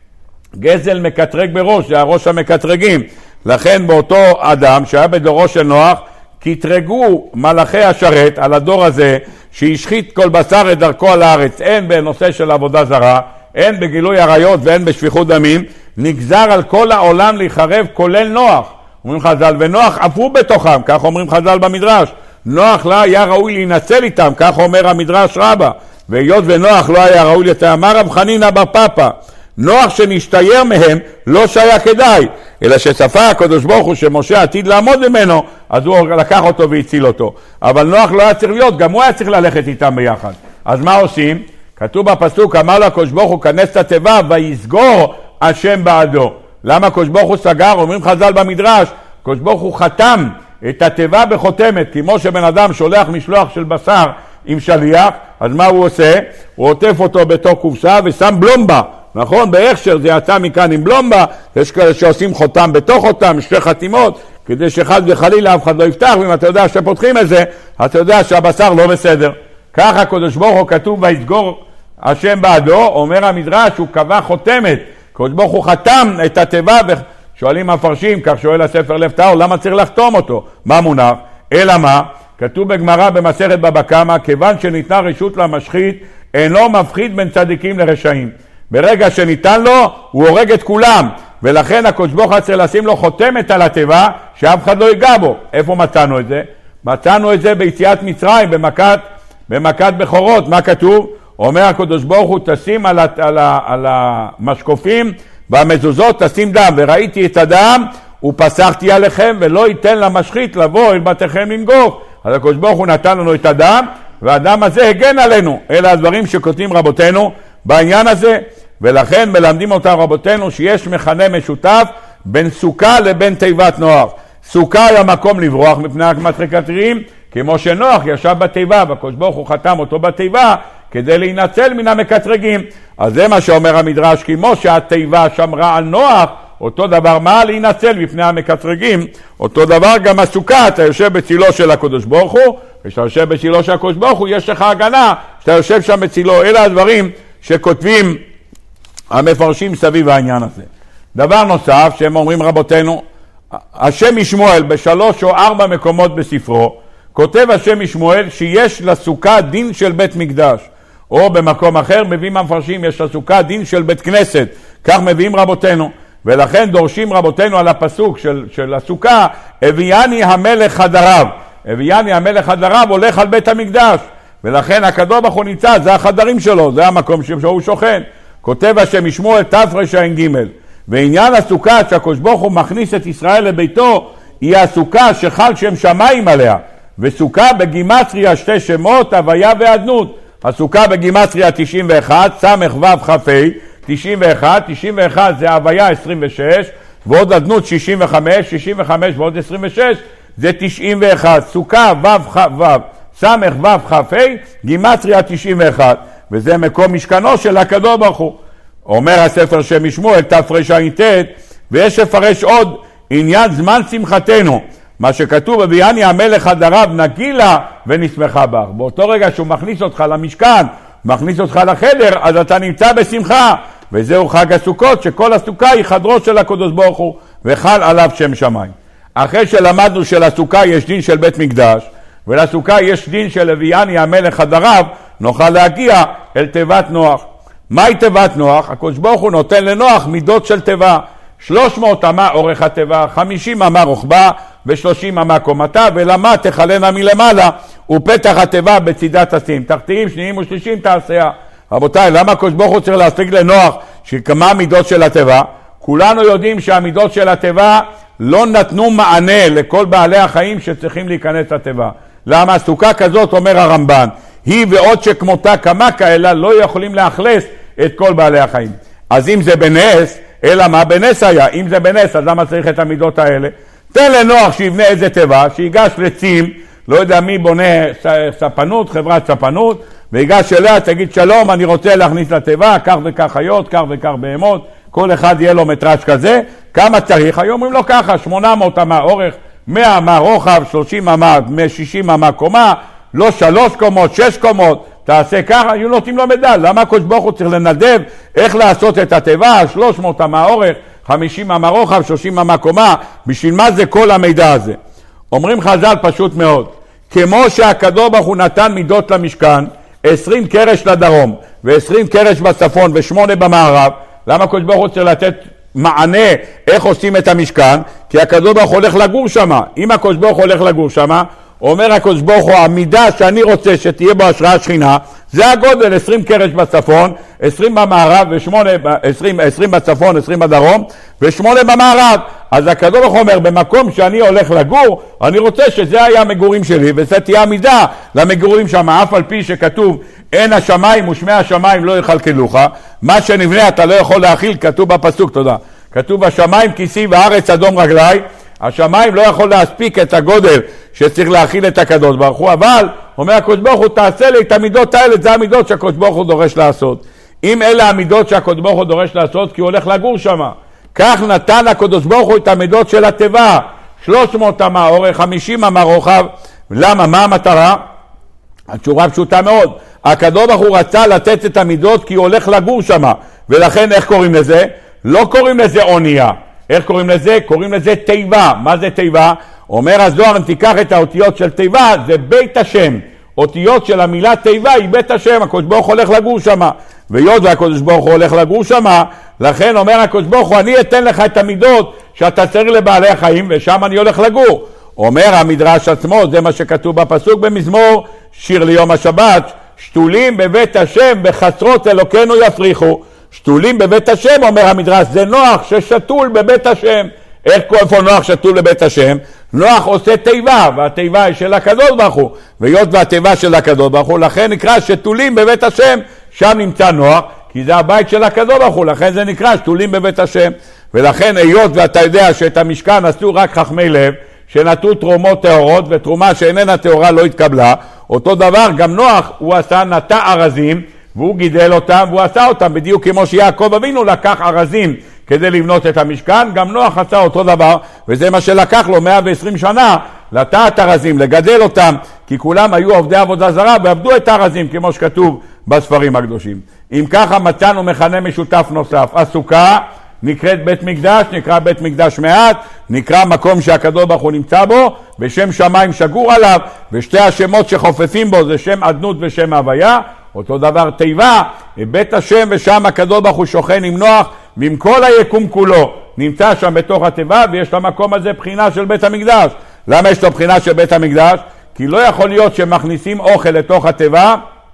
גזל מקטרג בראש, זה הראש המקטרגים. לכן באותו אדם שהיה בדורו של נוח, קטרגו מלאכי השרת על הדור הזה, שהשחית כל בשר את דרכו על הארץ, אין בנושא של עבודה זרה, אין בגילוי עריות ואין בשפיכות דמים, נגזר על כל העולם להיחרב כולל נוח. אומרים חז"ל, ונוח אף הוא בתוכם, כך אומרים חז"ל במדרש. נוח לא היה ראוי להינצל איתם, כך אומר המדרש רבה. והיות ונוח לא היה ראוי לתאמר רב חנינא בר פפא, נוח שנשתייר מהם לא שהיה כדאי, אלא שצפה הקדוש ברוך הוא שמשה עתיד לעמוד ממנו, אז הוא לקח אותו והציל אותו. אבל נוח לא היה צריך להיות, גם הוא היה צריך ללכת איתם ביחד. אז מה עושים? כתוב בפסוק, אמר לו הקדוש ברוך הוא כנס את התיבה ויסגור השם בעדו. למה הקדוש ברוך הוא סגר? אומרים חז"ל במדרש, הקדוש ברוך הוא חתם את התיבה בחותמת, כמו שבן אדם שולח משלוח של בשר עם שליח, אז מה הוא עושה? הוא עוטף אותו בתוך קופסה ושם בלומבה. נכון, בהכשר זה יצא מכאן עם בלומבה, יש כאלה שעושים חותם בתוך אותם, שתי חתימות, כדי שחד וחלילה אף אחד לא יפתח, ואם אתה יודע שפותחים את זה, אתה יודע שהבשר לא בסדר. ככה הקדוש ברוך הוא כתוב ויסגור השם בעדו, אומר המדרש, הוא קבע חותמת, הקדוש ברוך הוא חתם את התיבה, ושואלים המפרשים, כך שואל הספר לב טהור, למה צריך לחתום אותו? מה מונח? אלא מה? כתוב בגמרא במסכת בבא קמא, כיוון שניתנה רשות למשחית, אינו מפחיד בין צדיקים לרשעים. ברגע שניתן לו, הוא הורג את כולם, ולכן הקדוש ברוך הוא צריך לשים לו חותמת על התיבה, שאף אחד לא ייגע בו. איפה מצאנו את זה? מצאנו את זה ביציאת מצרים, במכת בכורות. מה כתוב? אומר הקדוש ברוך הוא, תשים על המשקופים והמזוזות, תשים דם, וראיתי את הדם, ופסחתי עליכם, ולא ייתן למשחית לבוא אל בתיכם לנגוף. אז הקדוש ברוך הוא נתן לנו את הדם, והדם הזה הגן עלינו. אלה הדברים שכותבים רבותינו בעניין הזה, ולכן מלמדים אותם רבותינו שיש מכנה משותף בין סוכה לבין תיבת נוח. סוכה היה מקום לברוח מפני המקטרגים, כמו שנוח ישב בתיבה, והקדוש ברוך הוא חתם אותו בתיבה כדי להינצל מן המקטרגים. אז זה מה שאומר המדרש, כמו שהתיבה שמרה על נוח, אותו דבר מה? להינצל מפני המקטרגים. אותו דבר גם הסוכה, אתה יושב בצילו של הקדוש ברוך הוא, וכשאתה יושב בצילו של הקדוש ברוך הוא יש לך הגנה, כשאתה יושב שם בצילו. אלה הדברים שכותבים המפרשים סביב העניין הזה. דבר נוסף שהם אומרים רבותינו, השם משמואל בשלוש או ארבע מקומות בספרו, כותב השם משמואל שיש לסוכה דין של בית מקדש, או במקום אחר מביאים המפרשים יש לסוכה דין של בית כנסת, כך מביאים רבותינו, ולכן דורשים רבותינו על הפסוק של הסוכה, הביאני המלך חדריו. הביאני המלך חדריו הולך על בית המקדש, ולכן הקדוש ברוך הוא נמצא, זה החדרים שלו, זה המקום שהוא שוכן. כותב השם משמואל תרע"ג, ועניין הסוכה שהקדוש ברוך הוא מכניס את ישראל לביתו, היא הסוכה שחל שם שמיים עליה, וסוכה בגימטריה שתי שמות, הוויה ואדנות. הסוכה בגימטריה 91, סמך וו חפי 91, 91 זה הוויה 26, ועוד אדנות 65, 65 ועוד 26 זה 91, סוכה וו סמך וו חפי, גימטריה 91, וזה מקום משכנו של הקדוש ברוך הוא. אומר הספר שם שמואל תרע"ט, ויש לפרש עוד עניין זמן שמחתנו, מה שכתוב בביאני המלך הדרב נגילה ונשמחה בך. באותו רגע שהוא מכניס אותך למשכן, מכניס אותך לחדר, אז אתה נמצא בשמחה, וזהו חג הסוכות, שכל הסוכה היא חדרו של הקדוש ברוך הוא, וחל עליו שם שמיים. אחרי שלמדנו שלסוכה יש דין של בית מקדש, ולסוכה יש דין של לוויאני המלך הדרב, נוכל להגיע אל תיבת נוח. מהי תיבת נוח? הקדוש ברוך הוא נותן לנוח מידות של תיבה, 300 אמה אורך התיבה, 50 אמה רוחבה ו30 אמה קומתה, ולמה תחלנה מלמעלה ופתח התיבה בצידת עשים, תחתיים שניים ושלישים תעשיה. רבותיי, למה הקדוש ברוך הוא צריך להשיג לנוח שכמה מידות של התיבה? כולנו יודעים שהמידות של התיבה לא נתנו מענה לכל בעלי החיים שצריכים להיכנס לתיבה. למה? סוכה כזאת, אומר הרמב"ן, היא ועוד שכמותה כמה כאלה לא יכולים לאכלס את כל בעלי החיים. אז אם זה בנס, אלא מה? בנס היה. אם זה בנס, אז למה צריך את המידות האלה? תן לנוח שיבנה איזה תיבה, שיגש לצים, לא יודע מי בונה ספנות, חברת ספנות, ויגש אליה, תגיד שלום, אני רוצה להכניס לתיבה, כך וכך חיות, כך וכך בהמות, כל אחד יהיה לו מטרש כזה, כמה צריך? היום אומרים לו ככה, 800 אמה אורך, 100 אמה רוחב, 30 אמה, 60 אמה קומה, לא 3 קומות, 6 קומות, תעשה ככה, היו נותנים לו מדל. למה הקדוש ברוך הוא צריך לנדב איך לעשות את התיבה, 300 אמה אורך, 50 אמה רוחב, 30 אמה קומה, בשביל מה זה כל המידע הזה? אומרים חז"ל פשוט מאוד, כמו שהקדוש ברוך הוא נתן מידות למשכן, 20 קרש לדרום ו20 קרש בצפון ו8 במערב, למה הקדוש ברוך הוא צריך לתת מענה איך עושים את המשכן? כי הקדוש ברוך הוא הולך לגור שם. אם הקדוש ברוך הוא הולך לגור שם, אומר הקדוש ברוך הוא, המידה שאני רוצה שתהיה בו השראת שכינה, זה הגודל, 20 קרש בצפון, 20 במערב, 20 בצפון, 20 בדרום, ו8 במערב. אז הקדוש ברוך הוא אומר, במקום שאני הולך לגור, אני רוצה שזה היה המגורים שלי, וזה תהיה המידה למגורים שם, אף על פי שכתוב, אין השמיים ושמי השמיים לא יכלכלוך, מה שנבנה אתה לא יכול להכיל, כתוב בפסוק, תודה. כתוב השמיים כיסי וארץ אדום רגלי, השמיים לא יכול להספיק את הגודל שצריך להכיל את הקדוש ברוך הוא, אבל אומר הקדוש ברוך הוא, תעשה לי את המידות האלה, זה המידות שהקדוש ברוך הוא דורש לעשות. אם אלה המידות שהקדוש ברוך הוא דורש לעשות, כי הוא הולך לגור שם. כך נתן הקדוש ברוך הוא את המידות של התיבה, 300 אמה אורך, 50 אמה רוחב. למה? מה המטרה? התשובה פשוטה מאוד. הקדוש ברוך הוא רצה לתת את המידות כי הוא הולך לגור שם, ולכן איך קוראים לזה? לא קוראים לזה אונייה. איך קוראים לזה? קוראים לזה תיבה. מה זה תיבה? אומר הזוהר, אם תיקח את האותיות של תיבה, זה בית השם. אותיות של המילה תיבה היא בית השם, הקדוש ברוך הוא הולך לגור שם. והיות והקדוש ברוך הוא הולך לגור שם, לכן אומר הקדוש ברוך הוא, אני אתן לך את המידות שאתה צריך לבעלי החיים, ושם אני הולך לגור. אומר המדרש עצמו, זה מה שכתוב בפסוק במזמור, שיר ליום השבת, שתולים בבית השם בחצרות אלוקינו יפריחו. שתולים בבית השם, אומר המדרש, זה נוח ששתול בבית השם. איפה נוח שתול בבית השם? נוח עושה תיבה, והתיבה היא של הקדוש ברוך הוא, והיות והתיבה של הקדוש ברוך הוא, לכן נקרא שתולים בבית השם, שם נמצא נוח, כי זה הבית של הקדוש ברוך הוא, לכן זה נקרא שתולים בבית השם. ולכן היות ואתה יודע שאת המשכן עשו רק חכמי לב, שנתנו תרומות טהורות, ותרומה שאיננה טהורה לא התקבלה, אותו דבר גם נוח הוא עשה, נטע ארזים, והוא גידל אותם, והוא עשה אותם בדיוק כמו שיעקב אבינו לקח ארזים כדי לבנות את המשכן, גם נוח עשה אותו דבר, וזה מה שלקח לו 120 שנה, לטעת ארזים, לגדל אותם, כי כולם היו עובדי עבודה זרה, ועבדו את הארזים כמו שכתוב בספרים הקדושים. אם ככה מצאנו מכנה משותף נוסף, הסוכה נקראת בית מקדש, נקרא בית מקדש מעט, נקרא מקום שהקדוש ברוך הוא נמצא בו, בשם שמיים שגור עליו, ושתי השמות שחופפים בו זה שם אדנות ושם הוויה. אותו דבר תיבה, בית השם, ושם הקדוש ברוך הוא שוכן עם נוח, ועם כל היקום כולו נמצא שם בתוך התיבה, ויש למקום הזה בחינה של בית המקדש. למה יש לו בחינה של בית המקדש? כי לא יכול להיות שמכניסים אוכל לתוך התיבה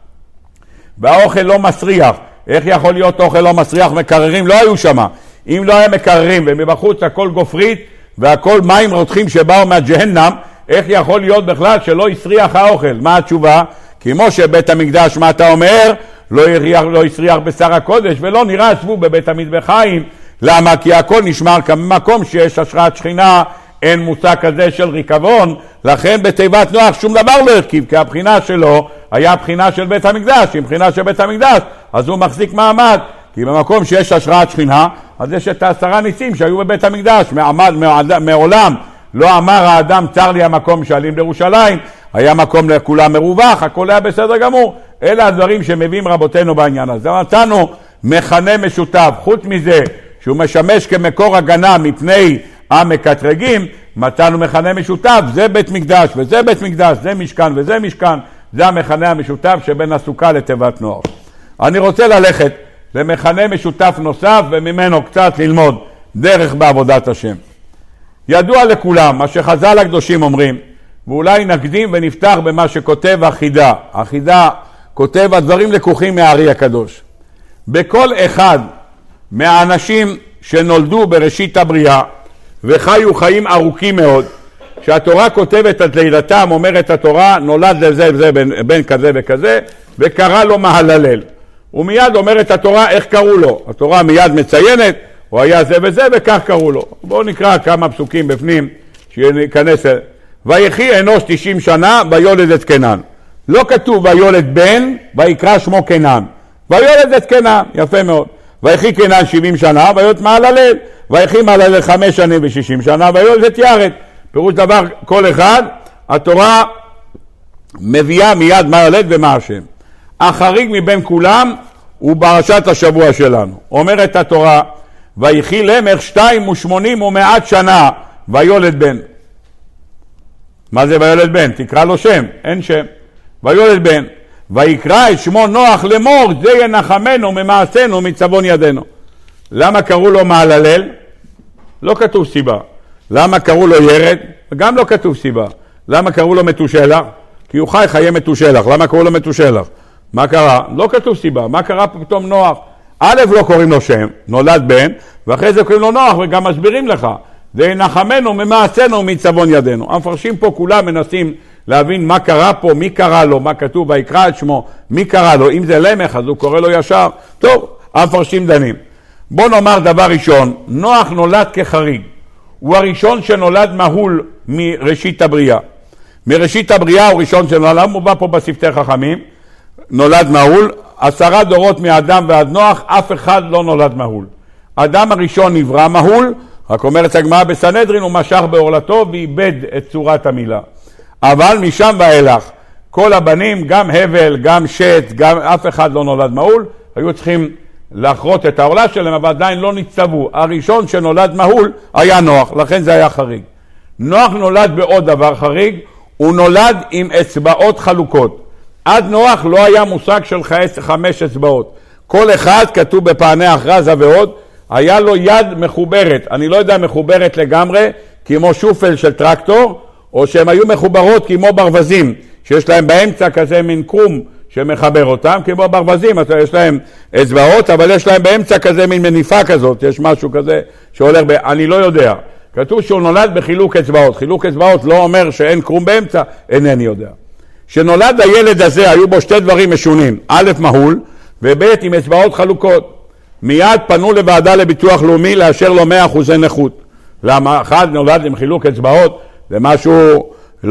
והאוכל לא מסריח. איך יכול להיות אוכל לא מסריח? מקררים לא היו שם. אם לא היה מקררים ומבחוץ הכל גופרית והכל מים רותחים שבאו מהג'הנם, איך יכול להיות בכלל שלא יסריח האוכל? מה התשובה? כמו שבית המקדש, מה אתה אומר? לא יסריח בשר הקודש, ולא נראה שבו בבית המטבחיים. למה? כי הכל נשמר כמקום שיש השראת שכינה, אין מושג כזה של ריקבון, לכן בתיבת נוח שום דבר לא הרכיב, כי הבחינה שלו היה הבחינה של בית המקדש. עם בחינה של בית המקדש, אז הוא מחזיק מעמד, כי במקום שיש השראת שכינה, אז יש את 10 ניסים שהיו בבית המקדש. מעולם לא אמר האדם צר לי המקום שעלים לירושלים, היה מקום לכולם מרווח, הכל היה בסדר גמור. אלה הדברים שמביאים רבותינו בעניין הזה. נתנו מכנה משותף, חוץ מזה שהוא משמש כמקור הגנה מפני המקטרגים, מצאנו מכנה משותף, זה בית מקדש וזה בית מקדש, זה משכן וזה משכן, זה המכנה המשותף שבין הסוכה לתיבת נוח. אני רוצה ללכת למכנה משותף נוסף וממנו קצת ללמוד דרך בעבודת השם. ידוע לכולם מה שחז"ל הקדושים אומרים, ואולי נקדים ונפתח במה שכותב החידה. החידה כותב הדברים לקוחים מהארי הקדוש. בכל אחד מהאנשים שנולדו בראשית הבריאה וחיו חיים ארוכים מאוד, שהתורה כותבת את לידתם, אומרת התורה, נולד לזה וזה בן כזה וכזה, וקרא לו מהללל. ומיד אומרת התורה איך קראו לו. התורה מיד מציינת, הוא היה זה וזה וכך קראו לו. בואו נקרא כמה פסוקים בפנים שניכנס. ויחי אנוש 90 שנה ויולד את קנן. לא כתוב ויולד בן ויקרא שמו קנן. ויולד את קנן, יפה מאוד. ויחי קנן 70 שנה ויולד מהללל. ויחי מהללל 5 שנים ו60 שנה ויולד את ירד. פירוש דבר כל אחד, התורה מביאה מיד מה יולד ומה השם. החריג מבין כולם הוא פרשת השבוע שלנו. אומרת התורה, ויחי למך 82 ומעט שנה ויולד בן. מה זה ויולד בן? תקרא לו שם, אין שם. ויולד בן. ויקרא את שמו נוח לאמור, זה ינחמנו ממעשינו מצבון ידינו. למה קראו לו מהללל? לא כתוב סיבה. למה קראו לו ירד? גם לא כתוב סיבה. למה קראו לו מתושלח? כי הוא חי חיי מתושלח. למה קראו לו מתושלח? מה קרה? לא כתוב סיבה. מה קרה פתאום נוח? א', לא קוראים לו שם, נולד בן, ואחרי זה קוראים לו נוח, וגם מסבירים לך. זה ינחמנו ממעשינו מצבון ידינו. המפרשים פה כולם מנסים להבין מה קרה פה, מי קרא לו, מה כתוב, ויקרא את שמו, מי קרא לו. אם זה למך, אז הוא קורא לו ישר. טוב, המפרשים דנים. בוא נאמר דבר ראשון, נוח נולד כחריג. הוא הראשון שנולד מהול מראשית הבריאה. מראשית הבריאה הוא ראשון שנולד, הוא בא פה בשפתי חכמים, נולד מהול. 10 דורות מאדם ועד נוח, אף אחד לא נולד מהול. האדם הראשון נברא מהול, רק אומרת הגמרא בסנהדרין, הוא משך בעורלתו ואיבד את צורת המילה. אבל משם ואילך, כל הבנים, גם הבל, גם שת, גם אף אחד לא נולד מהול, היו צריכים לאחרות את העורלה שלהם, אבל עדיין לא נצטוו. הראשון שנולד מהול היה נוח, לכן זה היה חריג. נוח נולד בעוד דבר חריג, הוא נולד עם אצבעות חלוקות. עד נוח לא היה מושג של 5 אצבעות. כל אחד כתוב בפענח רזה ועוד, היה לו יד מחוברת. אני לא יודע מחוברת לגמרי, כמו שופל של טרקטור, או שהן היו מחוברות כמו ברווזים, שיש להם באמצע כזה מין קרום שמחבר אותם, כמו ברווזים, יש להם אצבעות, אבל יש להם באמצע כזה מין מניפה כזאת, יש משהו כזה שהולך אני לא יודע. כתוב שהוא נולד בחילוק אצבעות. חילוק אצבעות לא אומר שאין קרום באמצע, אינני יודע. שנולד הילד הזה היו בו 2 דברים משונים, א' מהול, וב' עם אצבעות חלוקות. מיד פנו לוועדה לביטוח לאומי לאשר לו 100% נכות. למה? אחד נולד עם חילוק אצבעות, זה משהו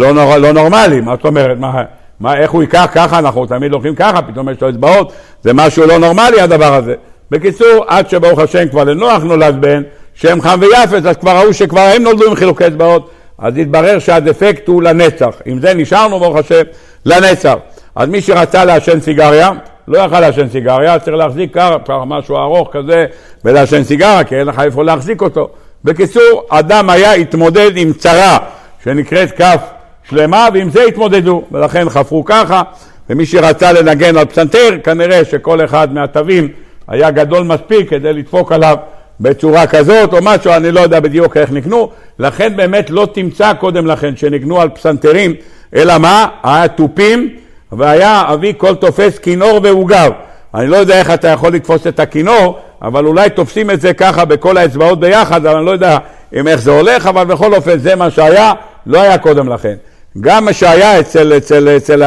לא נורמלי. מה זאת אומרת? איך הוא ייקח ככה? אנחנו תמיד לוקחים ככה, פתאום יש לו אצבעות, זה משהו לא נורמלי הדבר הזה. בקיצור, עד שברוך השם כבר לנוח נולד בן, שם חם ויפת, אז כבר ראו שכבר הם נולדו עם חילוקי אצבעות, אז התברר שהדפקט הוא לנצח. עם זה נשארנו ברוך השם לנצח. אז מי שרצה לעשן סיגריה, לא יכל לעשן סיגריה, צריך להחזיק ככה משהו ארוך כזה ולעשן סיגריה, כי אין לך איפה להחזיק אותו. בקיצור, אדם היה התמודד עם צרה שנקראת כף שלמה, ועם זה התמודדו, ולכן חפרו ככה, ומי שרצה לנגן על פסנתר, כנראה שכל אחד מהטבים היה גדול מספיק כדי לדפוק עליו בצורה כזאת או משהו, אני לא יודע בדיוק איך נקנו, לכן באמת לא תמצא קודם לכן שנקנו על פסנתרים, אלא מה? היה טופים, והיה אבי כל תופס כינור ועוגב. אני לא יודע איך אתה יכול לתפוס את הכינור, אבל אולי תופסים את זה ככה בכל האצבעות ביחד, אבל אני לא יודע איך זה הולך, אבל בכל אופן זה מה שהיה, לא היה קודם לכן. גם מה שהיה אצל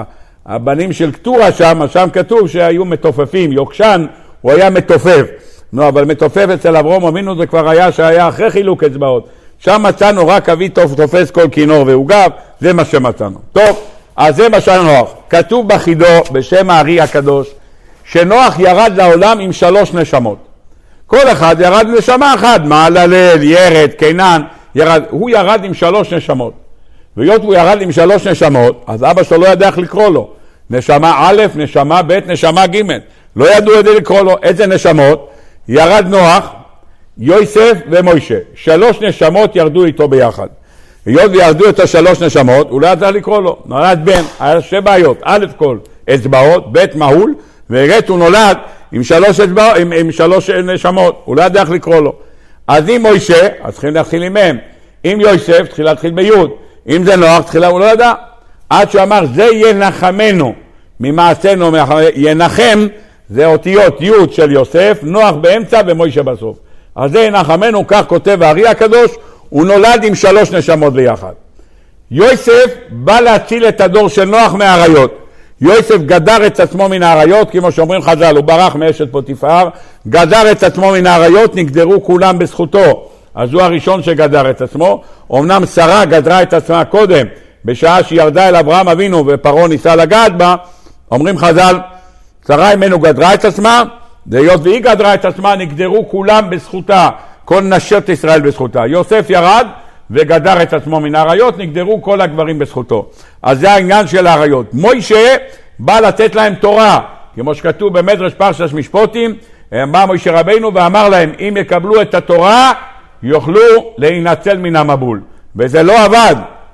הבנים של קטורה שם כתוב שהיו מתופפים, יוקשן הוא היה מתופף. נו, אבל מתופף אצל אברהם אבינו זה כבר שהיה אחרי חילוק אצבעות. שם מצאנו רק אבי תופס כל כינור ועוגב, זה מה שמצאנו. טוב, אז זה מה שנוח. כתוב בחידו בשם הארי הקדוש, שנוח ירד לעולם עם 3 נשמות. כל אחד ירד נשמה אחת, מעללל, ירד, קינן, ירד. הוא ירד עם 3 נשמות. והיות הוא ירד עם 3 נשמות, אז אבא שלו לא ידע איך לקרוא לו. נשמה א', נשמה ב', נשמה ג'. לא ידעו ידע לקרוא לו. איזה נשמות? ירד נוח, יוסף ומוישה. 3 נשמות ירדו איתו ביחד. היות וירדו את 3 נשמות, הוא לא ידע לקרוא לו. נולד בן, היה 2 בעיות. א' כל אצבעות, ב' מהול, והגעת הוא נולד עם 3 אצבעות, עם 3 נשמות. הוא לא ידע איך לקרוא לו. אז אם מוישה, אז צריכים להתחיל עם הם. אם יוסף, צריכים להתחיל ביוד. אם זה נוח, תחילה הוא לא ידע. עד שהוא אמר, זה ינחמנו ממעשינו, ינחם, זה אותיות י' של יוסף, נוח באמצע ומוישה בסוף. אז זה ינחמנו, כך כותב הארי הקדוש, הוא נולד עם 3 נשמות ביחד. יוסף בא להציל את הדור של נוח מהעריות. יוסף גדר את עצמו מן העריות, כמו שאומרים חז"ל, הוא ברח מאשת פוטיפר, גדר את עצמו מן העריות, נגדרו כולם בזכותו. אז הוא הראשון שגדר את עצמו. אמנם שרה גדרה את עצמה קודם, בשעה שהיא ירדה אל אברהם אבינו ופרעה ניסה לגעת בה, אומרים חז"ל, שרה ממנו גדרה את עצמה, והיות והיא גדרה את עצמה, נגדרו כולם בזכותה, כל נשות ישראל בזכותה. יוסף ירד וגדר את עצמו מן העריות, נגדרו כל הגברים בזכותו. אז זה העניין של העריות. מוישה בא לתת להם תורה, כמו שכתוב במדרש פרשת משפטים, בא מוישה רבינו ואמר להם, אם יקבלו את התורה, יוכלו להינצל מן המבול. וזה לא עבד.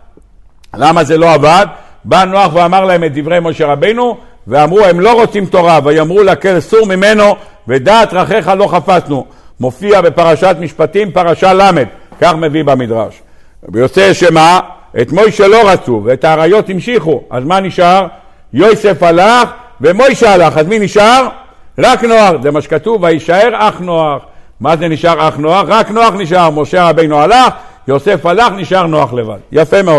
למה זה לא עבד? בא נוח ואמר להם את דברי משה רבינו, ואמרו, הם לא רוצים תורה, ויאמרו לקל סור ממנו, ודעת רחיך לא חפשנו. מופיע בפרשת משפטים, פרשה למד, כך מביא במדרש. ויוצא שמה? את מוישה לא רצו, ואת העריות המשיכו. אז מה נשאר? יוסף הלך, ומוישה הלך. אז מי נשאר? רק נוח. זה מה שכתוב, וישאר אח נוח. מה זה נשאר אח נוח? רק נוח נשאר. משה רבינו הלך, יוסף הלך, נשאר נוח לבד. יפה מאוד.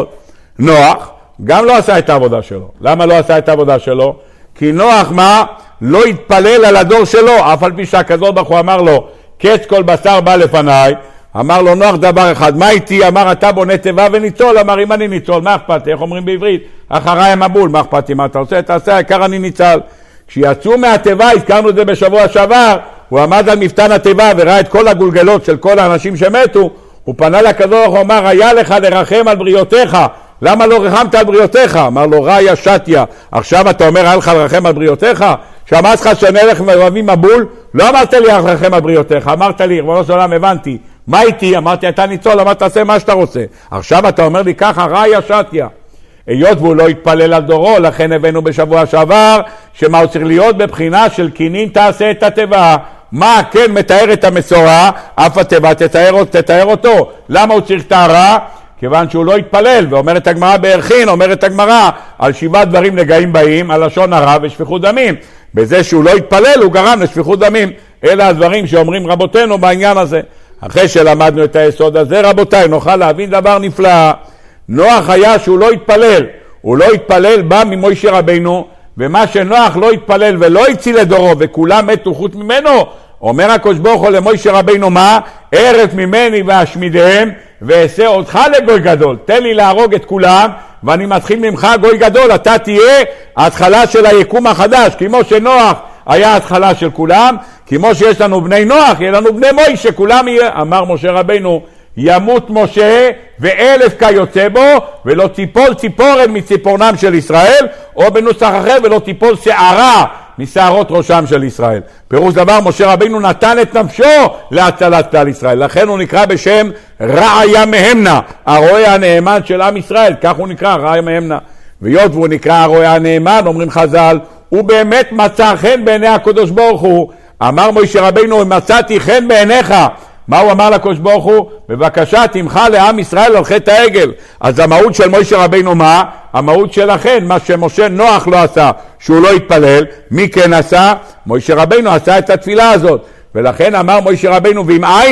נוח גם לא עשה את העבודה שלו. למה לא עשה את העבודה שלו? כי נוח מה? לא התפלל על הדור שלו, אף על פי שהקדוש ברוך הוא אמר לו, קץ כל בשר בא לפניי. אמר לו נוח דבר אחד, מה איתי? אמר אתה בונה תיבה וניצול. אמר אם אני ניצול, מה אכפת? איך אומרים בעברית? אחריי המבול, מה אכפת? מה אתה עושה? תעשה, העיקר אני ניצל. כשיצאו מהתיבה, הזכרנו את זה בשבוע שעבר, הוא עמד על מפתן התיבה וראה את כל הגולגלות של כל האנשים שמתו, הוא פנה לקדוש ברוך הוא, אמר, היה לך לרחם על בריאותיך, למה לא רחמת על בריאותיך? אמר לו, ראיה שתיה, עכשיו אתה אומר, היה לך לרחם על בריאותיך? שאמרת לך שנלך ורבים מבול, לא אמרת לי לרחם על בריאותיך, אמרת לי, ריבונו של עולם, הבנתי, מה איתי? אמרתי, אתה ניצול, אמרת, תעשה מה שאתה רוצה. עכשיו אתה אומר לי ככה, ראיה שתיה. היות והוא לא התפלל על דורו, לכן הבאנו בשבוע שעבר, שמה הוא צריך להיות בבחינה של כינין תעשה את התיבה. מה כן מתאר את המסורה, אף התיבה תתאר אותו. למה הוא צריך טהרה? כיוון שהוא לא התפלל, ואומרת הגמרא בערכין, אומרת הגמרא, על 7 דברים נגעים באים, על לשון הרע ושפיכות דמים. בזה שהוא לא התפלל, הוא גרם לשפיכות דמים. אלה הדברים שאומרים רבותינו בעניין הזה. אחרי שלמדנו את היסוד הזה, רבותיי, נוכל להבין דבר נפלא. נוח היה שהוא לא התפלל, הוא לא התפלל, בא ממוישה רבינו, ומה שנוח לא התפלל ולא הציל את דורו, וכולם מתו חוץ ממנו, אומר הקדוש ברוך הוא למוישה רבינו, מה? ערף ממני ואשמידיהם, ואעשה אותך לגוי גדול, תן לי להרוג את כולם, ואני מתחיל ממך גוי גדול, אתה תהיה ההתחלה של היקום החדש, כמו שנוח היה ההתחלה של כולם, כמו שיש לנו בני נוח, יהיה לנו בני מוישה, כולם יהיה, אמר משה רבינו, ימות משה ו1000 כיוצא בו, ולא תיפול ציפורן מציפורנם של ישראל, או בנוסח אחר, ולא תיפול שערה משערות ראשם של ישראל. פירוש דבר, משה רבינו נתן את נפשו להצלת כלל ישראל, לכן הוא נקרא בשם רעיה מהמנה, הרועה הנאמן של עם ישראל, כך הוא נקרא, רעיה מהמנה. והיות והוא נקרא הרועה הנאמן, אומרים חז"ל, הוא באמת מצא חן בעיני הקדוש ברוך הוא. אמר משה רבינו, מצאתי חן בעיניך. מה הוא אמר לקדוש ברוך הוא? בבקשה תמחה לעם ישראל על חטא העגל. אז המהות של משה רבינו מה? המהות שלכן, מה שמשה נוח לא עשה, שהוא לא התפלל, מי כן עשה? משה רבינו עשה את התפילה הזאת. ולכן אמר משה רבינו, ואם עין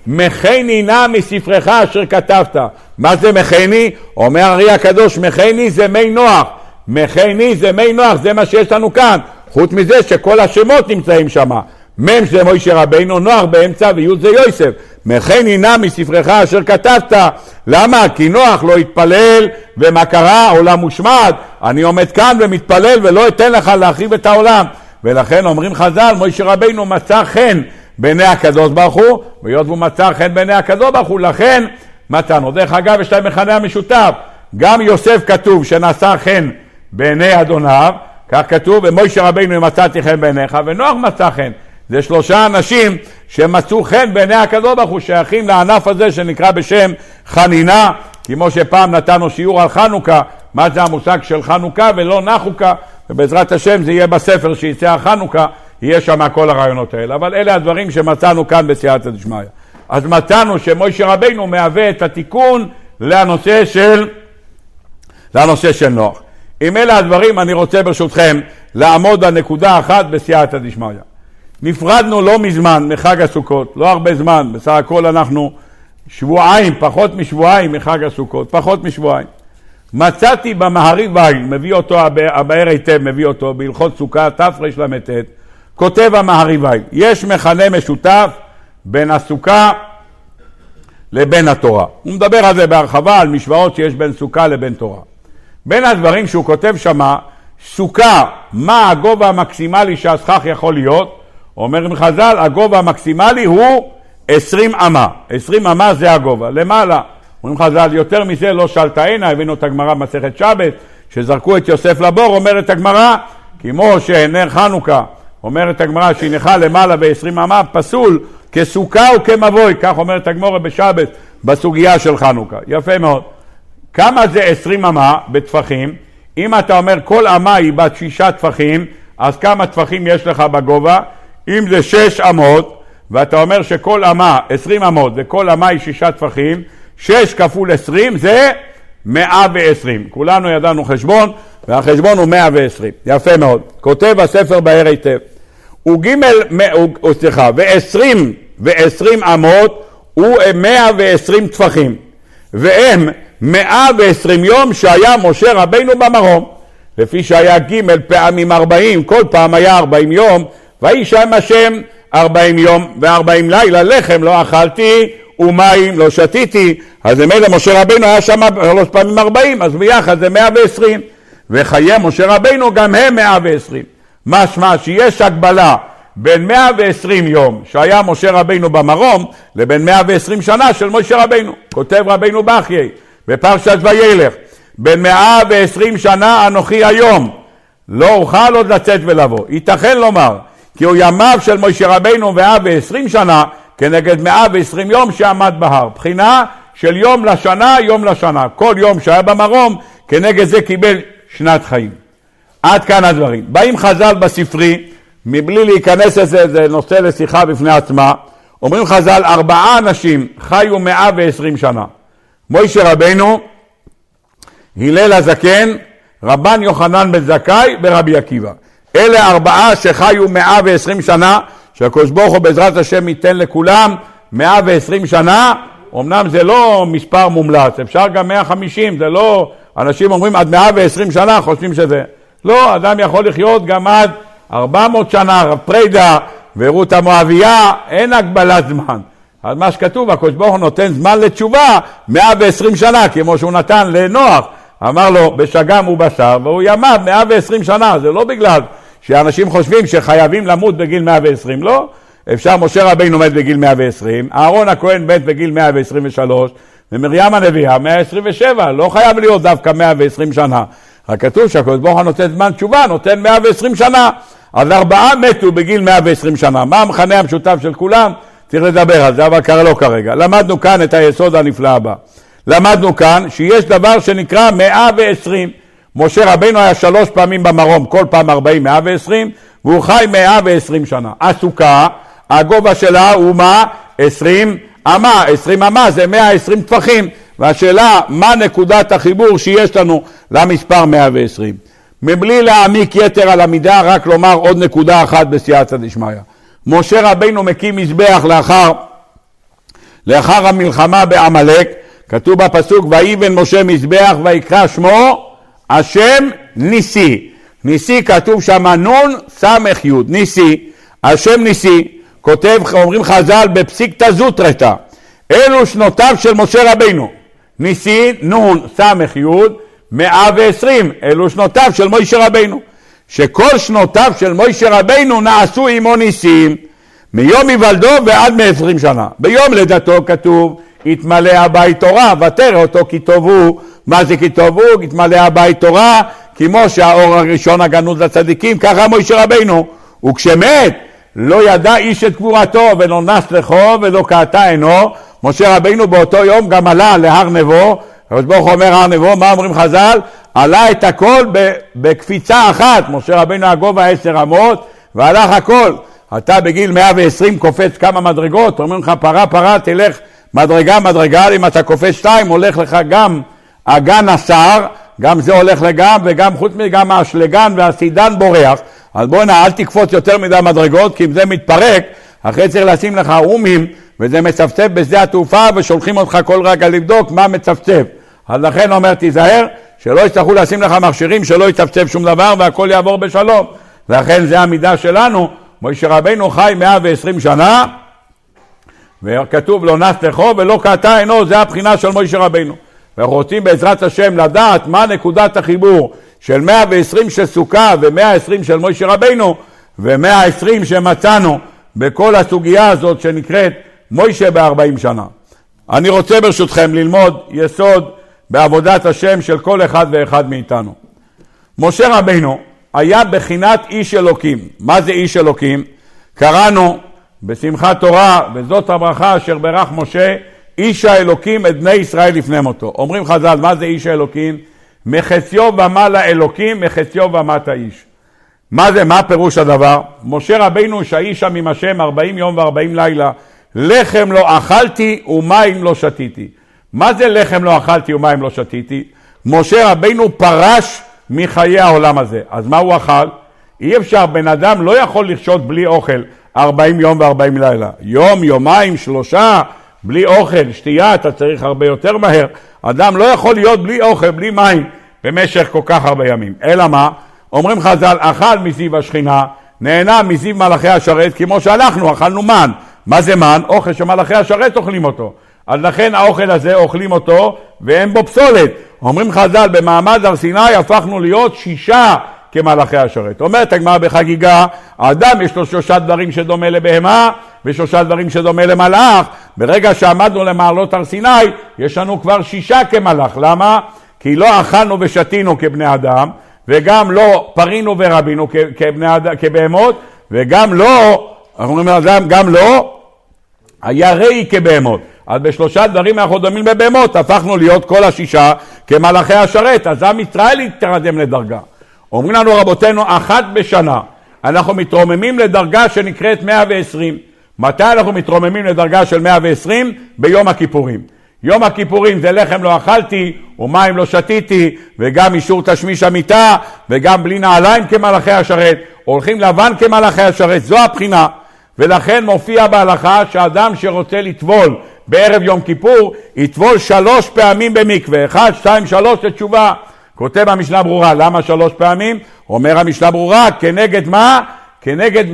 מחני נא מספרך אשר כתבת. מה זה מחני? אומר הרי הקדוש, מחני זה מי נוח. מחני זה מי נוח, זה מה שיש לנו כאן. חוץ מזה שכל השמות נמצאים שם. מם זה מוישה רבינו, נוח באמצע, ויוד זה יוסף. מחני נא מספרך אשר כתבת. למה? כי נוח לא התפלל, ומה קרה? העולם מושמד. אני עומד כאן ומתפלל ולא אתן לך להחריב את העולם. ולכן אומרים חז"ל, מוישה רבינו מצא חן בעיני הקדוש ברוך הוא, והיות והוא מצא חן בעיני הקדוש ברוך הוא, לכן מתנו. דרך אגב, יש להם מכנה המשותף. גם יוסף כתוב שנשא חן בעיני אדוניו, כך כתוב, ומוישה רבינו מצאתי חן בעיניך, ונוח מצא חן. זה שלושה אנשים שמצאו חן בעיני הקדוש ברוך הוא, שייכים לענף הזה שנקרא בשם חנינה, כמו שפעם נתנו שיעור על חנוכה, מה זה המושג של חנוכה ולא נחוקה, ובעזרת השם זה יהיה בספר שיצא החנוכה, יהיה שם כל הרעיונות האלה. אבל אלה הדברים שמצאנו כאן בסייעתא דשמיא. אז מצאנו שמוישה רבינו מהווה את התיקון לנושא של נוח. עם אלה הדברים אני רוצה ברשותכם לעמוד על נקודה אחת בסייעתא דשמיא. נפרדנו לא מזמן מחג הסוכות, לא הרבה זמן, בסך הכל אנחנו שבועיים, פחות משבועיים מחג הסוכות, פחות משבועיים. מצאתי במעריב, מביא אותו, הבאר היטב מביא אותו, בהלכות סוכה, תרל"ט, כותב המעריב, יש מכנה משותף בין הסוכה לבין התורה. הוא מדבר על זה בהרחבה, על משוואות שיש בין סוכה לבין תורה. בין הדברים שהוא כותב שמה, סוכה, מה הגובה המקסימלי שהסכך יכול להיות? אומר עם חז"ל, הגובה המקסימלי הוא 20 אמה. 20 אמה זה הגובה. למעלה, אומרים חז"ל, יותר מזה לא שאלת עינה, הבאנו את הגמרא מסכת שבת, שזרקו את יוסף לבור, אומרת הגמרא, כמו שנר חנוכה, אומרת הגמרא, שהנחה למעלה ב-20 אמה, פסול כסוכה או כמבוי, כך אומרת הגמרא בשבת, בסוגיה של חנוכה. יפה מאוד. כמה זה 20 אמה בטפחים? אם אתה אומר כל אמה היא בת 6 טפחים, אז כמה טפחים יש לך בגובה? אם זה 6 אמות, ואתה אומר שכל אמה, 20 אמות, וכל אמה היא 6 טפחים, 6 כפול 20 זה 120. כולנו ידענו חשבון, והחשבון הוא 120. יפה מאוד. כותב הספר באר היטב. ו-20 אמות הוא 120 טפחים. והם 120 יום שהיה משה רבינו במרום. לפי שהיה ג' פעמים 40, כל פעם היה 40 יום, ויהי שם השם 40 יום ו40 לילה, לחם לא אכלתי ומים לא שתיתי. אז מילא משה רבינו היה שם 3 פעמים 40, אז ביחד זה 120. וחיי משה רבינו גם הם 120. משמע שיש הגבלה בין 120 יום שהיה משה רבינו במרום, לבין 120 שנה של משה רבינו. כותב רבינו בחיי בפרשת וילך, בין 120 שנה אנוכי היום, לא אוכל עוד לצאת ולבוא. ייתכן לומר, כי הוא ימיו של משה רבינו 120 שנה, כנגד 120 יום שעמד בהר. בחינה של יום לשנה, יום לשנה. כל יום שהיה במרום, כנגד זה קיבל שנת חיים. עד כאן הדברים. באים חז"ל בספרי, מבלי להיכנס לזה, זה נושא לשיחה בפני עצמה. אומרים חז"ל, 4 אנשים חיו 120 שנה. משה רבינו, הלל הזקן, רבן יוחנן בן זכאי ורבי עקיבא. אלה 4 שחיו 120 שנה, שהקדוש ברוך הוא בעזרת השם ייתן לכולם 120 שנה. אמנם זה לא מספר מומלץ, אפשר גם 150, זה לא, אנשים אומרים עד 120 שנה, חושבים שזה. לא, אדם יכול לחיות גם עד 400 שנה, רב פרידה ורות המואביה, אין הגבלת זמן. אז מה שכתוב, הקדוש ברוך הוא נותן זמן לתשובה 120 שנה, כמו שהוא נתן לנוח. אמר לו, בשגם ובשר, והוא ימיו 120 שנה. זה לא בגלל שאנשים חושבים שחייבים למות בגיל 120, לא. אפשר, משה רבינו מת בגיל 120, אהרון הכהן מת בגיל 123, ומרים הנביאה 127, לא חייב להיות דווקא 120 שנה. רק כתוב שהקדוש ברוך הוא נותן זמן תשובה, נותן 120 שנה. אז 4 מתו בגיל 120 שנה. מה המכנה המשותף של כולם? צריך לדבר על זה, אבל קרה לא כרגע. למדנו כאן את היסוד הנפלא הבא. למדנו כאן שיש דבר שנקרא 120. משה רבינו היה 3 פעמים במרום, כל פעם 40, 120, והוא חי 120 שנה. הסוכה, הגובה שלה הוא מה? 20 אמה. 20 אמה זה 120 טפחים. והשאלה, מה נקודת החיבור שיש לנו למספר 120? מבלי להעמיק יתר על המידה, רק לומר עוד נקודה אחת בסייעתא דשמיא. משה רבינו מקים מזבח לאחר המלחמה בעמלק, כתוב בפסוק, ויבן משה מזבח ויקרא שמו השם ניסי. ניסי כתוב שם נון סמך יוד, ניסי, השם ניסי. כותב, אומרים חז"ל בפסיקתא זוטרתא, אלו שנותיו של משה רבינו. ניסי, נון סמך יוד, 120, אלו שנותיו של משה רבינו. שכל שנותיו של משה רבינו נעשו עמו ניסים, מיום היוולדו ועד 120 שנה. ביום לידתו כתוב, יתמלא הבית תורה, ותרא אותו כי טוב הוא. מה זה כי טוב הוא? יתמלא הבית תורה, כמו שהאור הראשון הגנוז לצדיקים, ככה משה רבינו. וכשמת, לא ידע איש את קבורתו, ולא נס לכו, ולא קעתה עינו. משה רבינו באותו יום גם עלה להר נבו, הקדוש ברוך הוא אומר הר נבו, מה אומרים חז"ל? עלה את הכל בקפיצה אחת. משה רבינו הגובה 10 אמות, והלך הכל. אתה בגיל 120 קופץ כמה מדרגות, אומרים לך פרה תלך מדרגה, אם אתה קופץ 2 הולך לך גם אגן השר, גם זה הולך לגם, וגם חוץ מגם האשלגן והסידן בורח. אז בוא אל תקפוץ יותר מדי מדרגות, כי אם זה מתפרק, אחרי צריך לשים לך אומים, וזה מצפצף בשדה התעופה, ושולחים אותך כל רגע לבדוק מה מצפצף. אז לכן אומר תיזהר, שלא יצטרכו לשים לך מכשירים, שלא יצפצף שום דבר, והכל יעבור בשלום. לכן זה המידה שלנו, משה רבינו חי 120 שנה, וכתוב לא נס לכו ולא קעתה עינו, זה הבחינה של משה רבינו. ואנחנו רוצים בעזרת השם לדעת מה נקודת החיבור של 120 של סוכה ו120 של משה רבינו, ו120 שמצאנו בכל הסוגיה הזאת שנקראת משה ב40 שנה. אני רוצה ברשותכם ללמוד יסוד בעבודת השם של כל אחד ואחד מאיתנו. משה רבינו היה בחינת איש אלוקים. מה זה איש אלוקים? קראנו בשמחת תורה, וזאת הברכה אשר ברך משה, איש האלוקים את בני ישראל לפני מותו. אומרים חז"ל, מה זה איש האלוקים? מחציו ומעלה אלוקים, מחציו ומטה איש. מה פירוש הדבר? משה רבינו שהאיש שם עם השם 40 יום ו40 לילה, לחם לא אכלתי ומים לא שתיתי. מה זה לחם לא אכלתי ומים לא שתיתי? משה רבינו פרש מחיי העולם הזה. אז מה הוא אכל? אי אפשר, בן אדם לא יכול לחיות בלי אוכל 40 יום ו40 לילה. יום, יומיים, 3, בלי אוכל, שתייה, אתה צריך הרבה יותר מהר. אדם לא יכול להיות בלי אוכל, בלי מים, במשך כל כך הרבה ימים. אלא מה? אומרים חז"ל, אכל מזיו השכינה, נהנה מזיו מלאכי השרת, כמו שאנחנו אכלנו מן. מה זה מן? אוכל שמלאכי השרת אוכלים אותו. אז לכן האוכל הזה אוכלים אותו, ואין בו פסולת. אומרים חז"ל, במעמד הר סיני הפכנו להיות 6 כמלאכי השרת. אומרת הגמרא בחגיגה, האדם יש לו 3 דברים שדומה לבהמה, ו3 דברים שדומה למלאך. ברגע שעמדנו למעלות הר סיני, יש לנו כבר 6 כמלאך. למה? כי לא אכלנו ושתינו כבני אדם, וגם לא פרינו ורבינו כבהמות, וגם לא, אומרים לאדם, גם לא היה ראי כבהמות. אז ב3 דברים אנחנו דומים בבהמות, הפכנו להיות כל 6 כמלאכי השרת. אז עם ישראל התקרדם לדרגה. אומרים לנו רבותינו, 1 בשנה אנחנו מתרוממים לדרגה שנקראת 120. מתי אנחנו מתרוממים לדרגה של 120? ביום הכיפורים. יום הכיפורים זה לחם לא אכלתי ומים לא שתיתי, וגם אישור תשמיש המיטה, וגם בלי נעליים כמלאכי השרת, הולכים לבן כמלאכי השרת. זו הבחינה. ולכן מופיע בהלכה שאדם שרוצה לטבול בערב יום כיפור, יטבול 3 פעמים במקווה, 1, 2, 3 לתשובה. כותב המשנה ברורה, למה 3 פעמים? אומר המשנה ברורה, כנגד מה? כנגד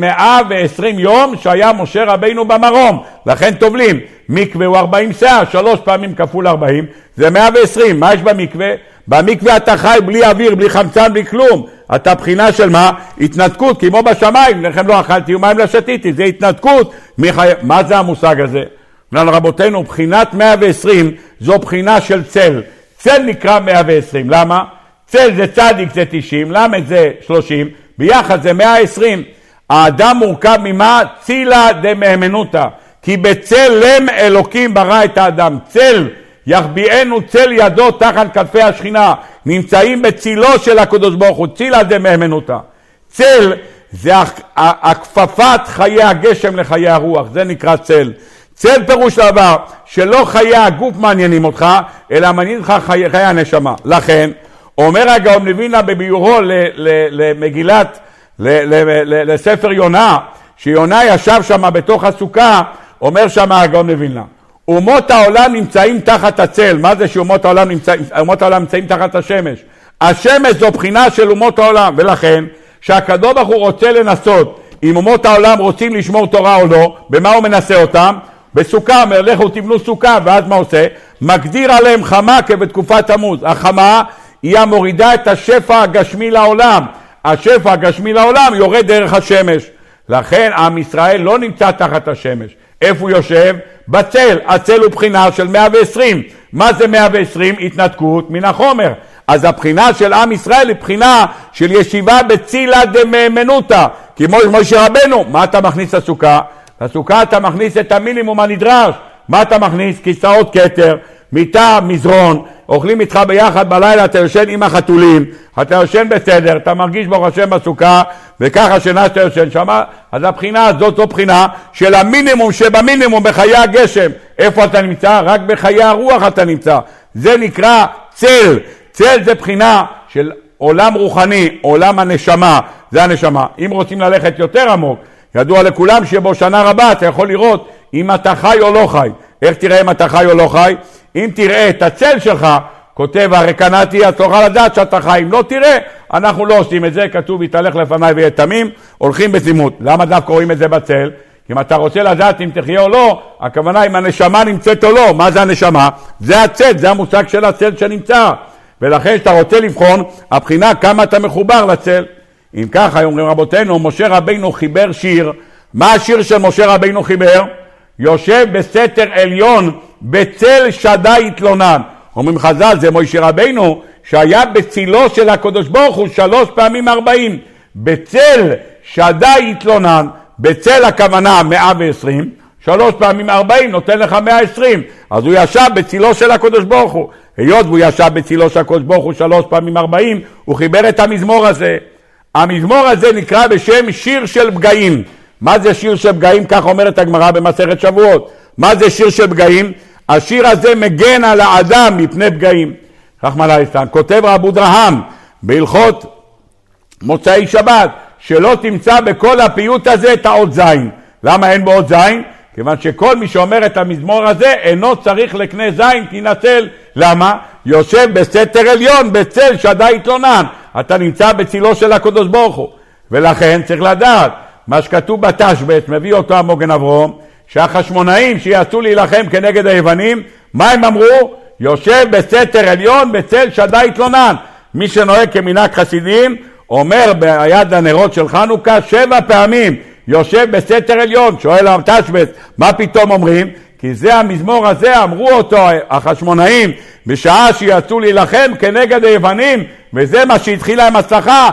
120 יום שהיה משה רבינו במרום. לכן טובלים. מקווה הוא 40 שעה, 3 פעמים כפול 40, זה 120. מה יש במקווה? במקווה אתה חי בלי אוויר, בלי חמצן, בלי כלום. אתה בחינה של מה? התנתקות, כמו בשמיים, לחם לא אכלתי ומים לא שתיתי, זה התנתקות. מה זה המושג הזה? רבותינו, בחינת 120 זו בחינה של צל. צל נקרא 120, למה? צל זה צדיק זה 90, למד זה 30, ביחד זה 120. האדם מורכב ממה? צילה דמהמנותא, כי בצלם אלוקים ברא את האדם. צל, יחביאנו צל ידו תחת כנפי השכינה, נמצאים בצילו של הקדוש ברוך הוא, צילה דמהמנותא. צל זה הכפפת חיי הגשם לחיי הרוח, זה נקרא צל. צל פירוש דבר שלא חיי הגוף מעניינים אותך, אלא מעניין לך חיי הנשמה. לכן, אומר הגאון מווילנה בביאורו למגילת, לספר יונה, שיונה ישב שם בתוך הסוכה, אומר שם הגאון מווילנה, אומות העולם נמצאים תחת הצל. מה זה שאומות העולם נמצאים תחת השמש? השמש זו בחינה של אומות העולם, ולכן שהקדוש ברוך הוא רוצה לנסות אם אומות העולם רוצים לשמור תורה או לא, במה הוא מנסה אותם? בסוכה, אומר לכו תבנו סוכה, ואז מה עושה? מגדיר עליהם חמה כבתקופת תמוז. החמה היא המורידה את השפע הגשמי לעולם. השפע הגשמי לעולם יורד דרך השמש. לכן עם ישראל לא נמצא תחת השמש. איפה הוא יושב? בצל. הצל הוא בחינה של 120. מה זה 120? התנתקות מן החומר. אז הבחינה של עם ישראל היא בחינה של ישיבה בצילה דמנותא. כמו משה רבנו, מה אתה מכניס לסוכה? לסוכה אתה מכניס את המינימום הנדרש. מה אתה מכניס? כיסאות כתר, מיטה, מזרון, אוכלים איתך ביחד בלילה, אתה יושן עם החתולים, אתה יושן בסדר, אתה מרגיש ברוך השם בסוכה, וככה שינה שאתה יושן שמה. אז הבחינה הזאת זו בחינה של המינימום שבמינימום בחיי הגשם. איפה אתה נמצא? רק בחיי הרוח אתה נמצא. זה נקרא צל. צל זה בחינה של עולם רוחני, עולם הנשמה, זה הנשמה. אם רוצים ללכת יותר עמוק, ידוע לכולם שבו שנה רבה אתה יכול לראות אם אתה חי או לא חי. איך תראה אם אתה חי או לא חי? אם תראה את הצל שלך, כותב הרקנתי, אז תוכל לדעת שאתה חי. אם לא תראה, אנחנו לא עושים את זה, כתוב יתהלך לפניי ויהיה תמים, הולכים בזימות. למה דווקא קוראים את זה בצל? אם אתה רוצה לדעת אם תחיה או לא, הכוונה אם הנשמה נמצאת או לא. מה זה הנשמה? זה הצל, זה המושג של הצל שנמצא. ולכן שאתה רוצה לבחון, הבחינה כמה אתה מחובר לצל. אם ככה, אומרים רבותינו, משה רבינו חיבר שיר. מה השיר של משה רבינו חיבר? יושב בסתר עליון, בצל שדי התלונן. אומרים חז"ל, זה משה רבינו שהיה בצילו של הקדוש ברוך הוא 3 פעמים 40. בצל שדי התלונן, בצל הכוונה 120, 3 פעמים 40 נותן לך 120. אז הוא ישב בצילו של הקדוש ברוך הוא. היות והוא ישב בצילו של הקדוש ברוך הוא 3 פעמים 40, הוא חיבר את המזמור הזה. המזמור הזה נקרא בשם שיר של פגעים. מה זה שיר של פגעים? כך אומרת הגמרא במסכת שבועות. מה זה שיר של פגעים? השיר הזה מגן על האדם מפני פגעים. רחמנא ליצלן. כותב רב אברהם בהלכות מוצאי שבת, שלא תמצא בכל הפיוט הזה את האות זין. למה אין בו אות זין? כיוון שכל מי שאומר את המזמור הזה אינו צריך לקנה זין כי נצל. למה? יושב בסתר עליון, בצל שדי התלונן. אתה נמצא בצילו של הקדוש ברוך הוא. ולכן צריך לדעת, מה שכתוב בתשבץ, מביא אותו המוגן אברום, שהחשמונאים שיצאו להילחם כנגד היוונים, מה הם אמרו? יושב בסתר עליון, בצל שדי התלונן. מי שנוהג כמנהג חסידים, אומר ביד הנרות של חנוכה 7 פעמים, יושב בסתר עליון. שואל התשבץ, מה פתאום אומרים? כי זה המזמור הזה, אמרו אותו החשמונאים בשעה שיצאו להילחם כנגד היוונים, וזה מה שהתחיל להם הצלחה.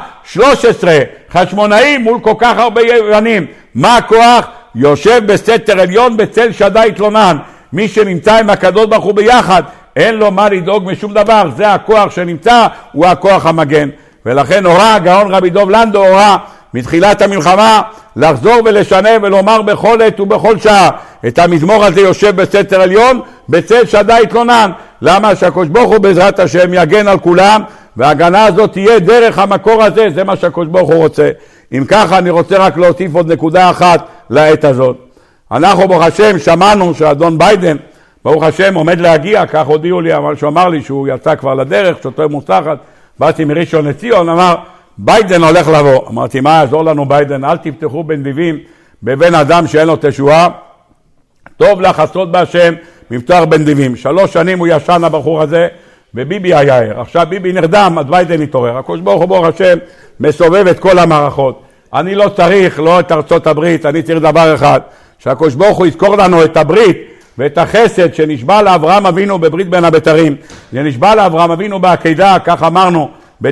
13 חשמונאים מול כל כך הרבה יוונים. מה הכוח? יושב בסתר עליון, בצל שדי התלונן. מי שנמצא עם הקדוש ברוך הוא ביחד, אין לו מה לדאוג משום דבר. זה הכוח שנמצא, הוא הכוח המגן. ולכן הורה הגאון רבי דוב לנדו, הורה מתחילת המלחמה לחזור ולשנה ולומר בכל עת ובכל שעה את המזמור הזה, יושב בסתר עליון, בצל שדי התלונן. למה? שהקדוש ברוך הוא בעזרת השם יגן על כולם, וההגנה הזאת תהיה דרך המקור הזה. זה מה שהקדוש ברוך הוא רוצה. אם ככה, אני רוצה רק להוסיף עוד נקודה אחת לעת הזאת. אנחנו ברוך השם שמענו שאדון ביידן ברוך השם עומד להגיע, כך הודיעו לי, אבל שהוא אמר לי שהוא יצא כבר לדרך, שוטר מוסחת. באתי מראשון לציון, אמר ביידן הולך לבוא. אמרתי, מה יעזור לנו ביידן? אל תפתחו בנדיבים בבן אדם שאין לו תשועה. טוב לחסות בהשם מפתוח בנדיבים. 3 שנים הוא ישן הבחור הזה, וביבי היה ער. עכשיו ביבי נרדם, אז ביידן התעורר. הקדוש ברוך הוא ברוך השם מסובב את כל המערכות. אני לא צריך לא את ארצות הברית, אני צריך דבר אחד, שהקדוש ברוך הוא יזכור לנו את הברית ואת החסד שנשבע לאברהם אבינו בברית בין הבתרים. זה נשבע לאברהם אבינו בעקידה, כך אמרנו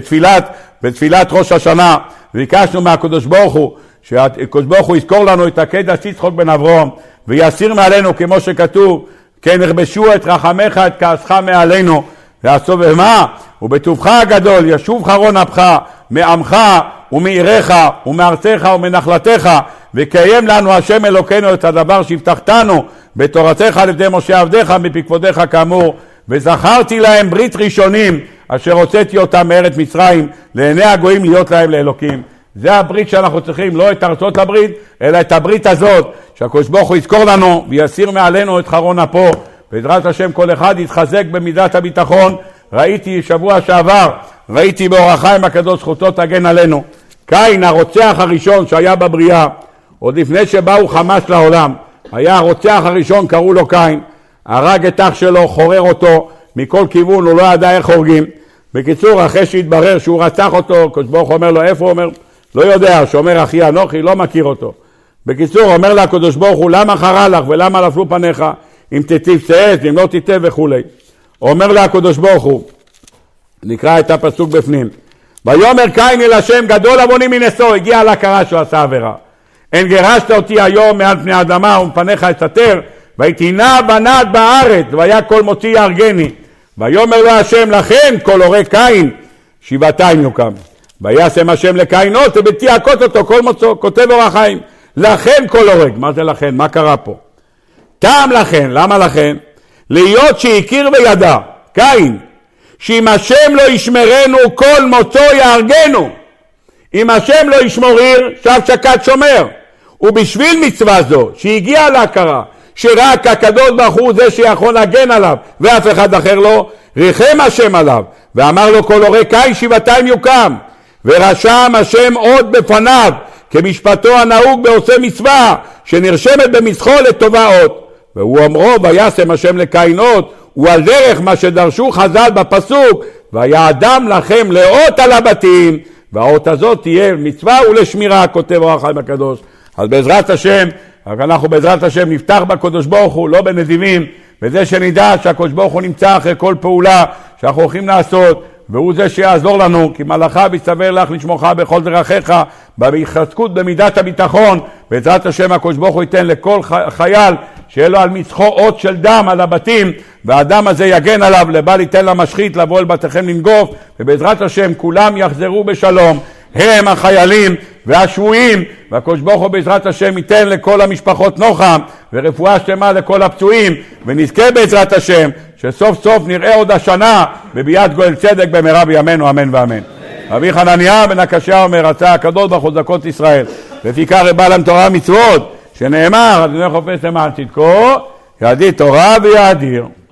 בתפילת ראש השנה, וביקשנו מהקדוש ברוך הוא שהקדוש ברוך הוא יזכור לנו את עקדת יצחק בן אברהם, ויסיר מעלינו כמו שכתוב, כן יכבשו את רחמך את כעסך מעלינו, ועשו במה? ובטובך הגדול ישוב חרון אפך מעמך ומעירך ומארצך ומנחלתך, וקיים לנו השם אלוקינו את הדבר שהבטחתנו בתורתך על ידי משה עבדיך מפקודיך כאמור. וזכרתי להם ברית ראשונים אשר הוצאתי אותם מארץ מצרים לעיני הגויים להיות להם לאלוקים. זה הברית שאנחנו צריכים, לא את ארצות הברית, אלא את הברית הזאת, שהקדוש ברוך הוא יזכור לנו ויסיר מעלינו את חרון אפו. בעזרת השם כל אחד יתחזק במידת הביטחון. ראיתי שבוע שעבר, ראיתי באור החיים הקדוש, זכותו תגן עלינו. קין, הרוצח הראשון שהיה בבריאה, עוד לפני שבאו חמאס לעולם, היה הרוצח הראשון, קראו לו קין. הרג את אח שלו, חורר אותו מכל כיוון, הוא לא ידע איך הורגים. בקיצור, אחרי שהתברר שהוא רצח אותו, הקדוש ברוך הוא אומר לו, איפה הוא אומר? לא יודע, שאומר אחי אנוכי, לא מכיר אותו. בקיצור, אומר לה הקדוש ברוך הוא, למה חרה לך ולמה נפלו פניך, אם תיטיב צאת, אם לא תיטב וכו'. אומר לה הקדוש ברוך הוא, נקרא את הפסוק בפנים, ויאמר קין אל השם, גדול עווני מנשוא, הגיע להכרה שהוא עשה עבירה. אין גירשת אותי היום מעל פני האדמה ומפניך אסתתר, ויתינה בנת בארץ, והיה כל מוציא יהרגני. ויאמר לו השם, לכן כל הורג קין שבעתיים יוקם. וישם השם לקין אות וביתי הכות אותו כל מוצאו. כותב אור החיים, לכן כל הורג. מה זה לכן? מה קרה פה? טעם לכן, למה לכן? להיות שהכיר וידע, קין, שאם השם לא ישמרנו כל מוצאו יהרגנו. אם השם לא ישמור עיר, שב שקד שומר. ובשביל מצווה זו שהגיעה להכרה שרק הקדוש ברוך הוא זה שיכול להגן עליו ואף אחד אחר לא, ריחם השם עליו ואמר לו כל הורג קין שבעתיים יוקם, ורשם השם עוד בפניו כמשפטו הנהוג בעושה מצווה שנרשמת במצחו לטובה אות. והוא אמרו וישם השם לקין אות, ועל דרך מה שדרשו חז"ל בפסוק, והיה אדם לכם לאות על הבתים, והאות הזאת תהיה מצווה ולשמירה, כותב אור החיים הקדוש. אז בעזרת השם, אנחנו בעזרת השם נפתח בקדוש ברוך הוא, לא בנדיבים, וזה שנדע שהקדוש ברוך הוא נמצא אחרי כל פעולה שאנחנו הולכים לעשות, והוא זה שיעזור לנו, כי מלאכה ויצטווה לך לשמורך בכל דרכיך, בהתחזקות במידת הביטחון. בעזרת השם הקדוש ברוך הוא ייתן לכל חייל שיהיה לו על מצחו אות של דם על הבתים, והאדם הזה יגן עליו, לבל ייתן למשחית לבוא אל בתיכם לנגוף, ובעזרת השם כולם יחזרו בשלום, הם החיילים והשבויים, והקדוש ברוך הוא בעזרת השם ייתן לכל המשפחות נוחם ורפואה שלמה לכל הפצועים, ונזכה בעזרת השם שסוף סוף נראה עוד השנה בביאת גואל צדק במהרה בימינו אמן ואמן. רבי חנניה בן הקשיא אומר, רצה הקדוש ברוך הוא צדקות ישראל, לפיכך רבה להם תורה מצוות, שנאמר אדוני חופש למען צדקו, יהדיר תורה ויאדיר.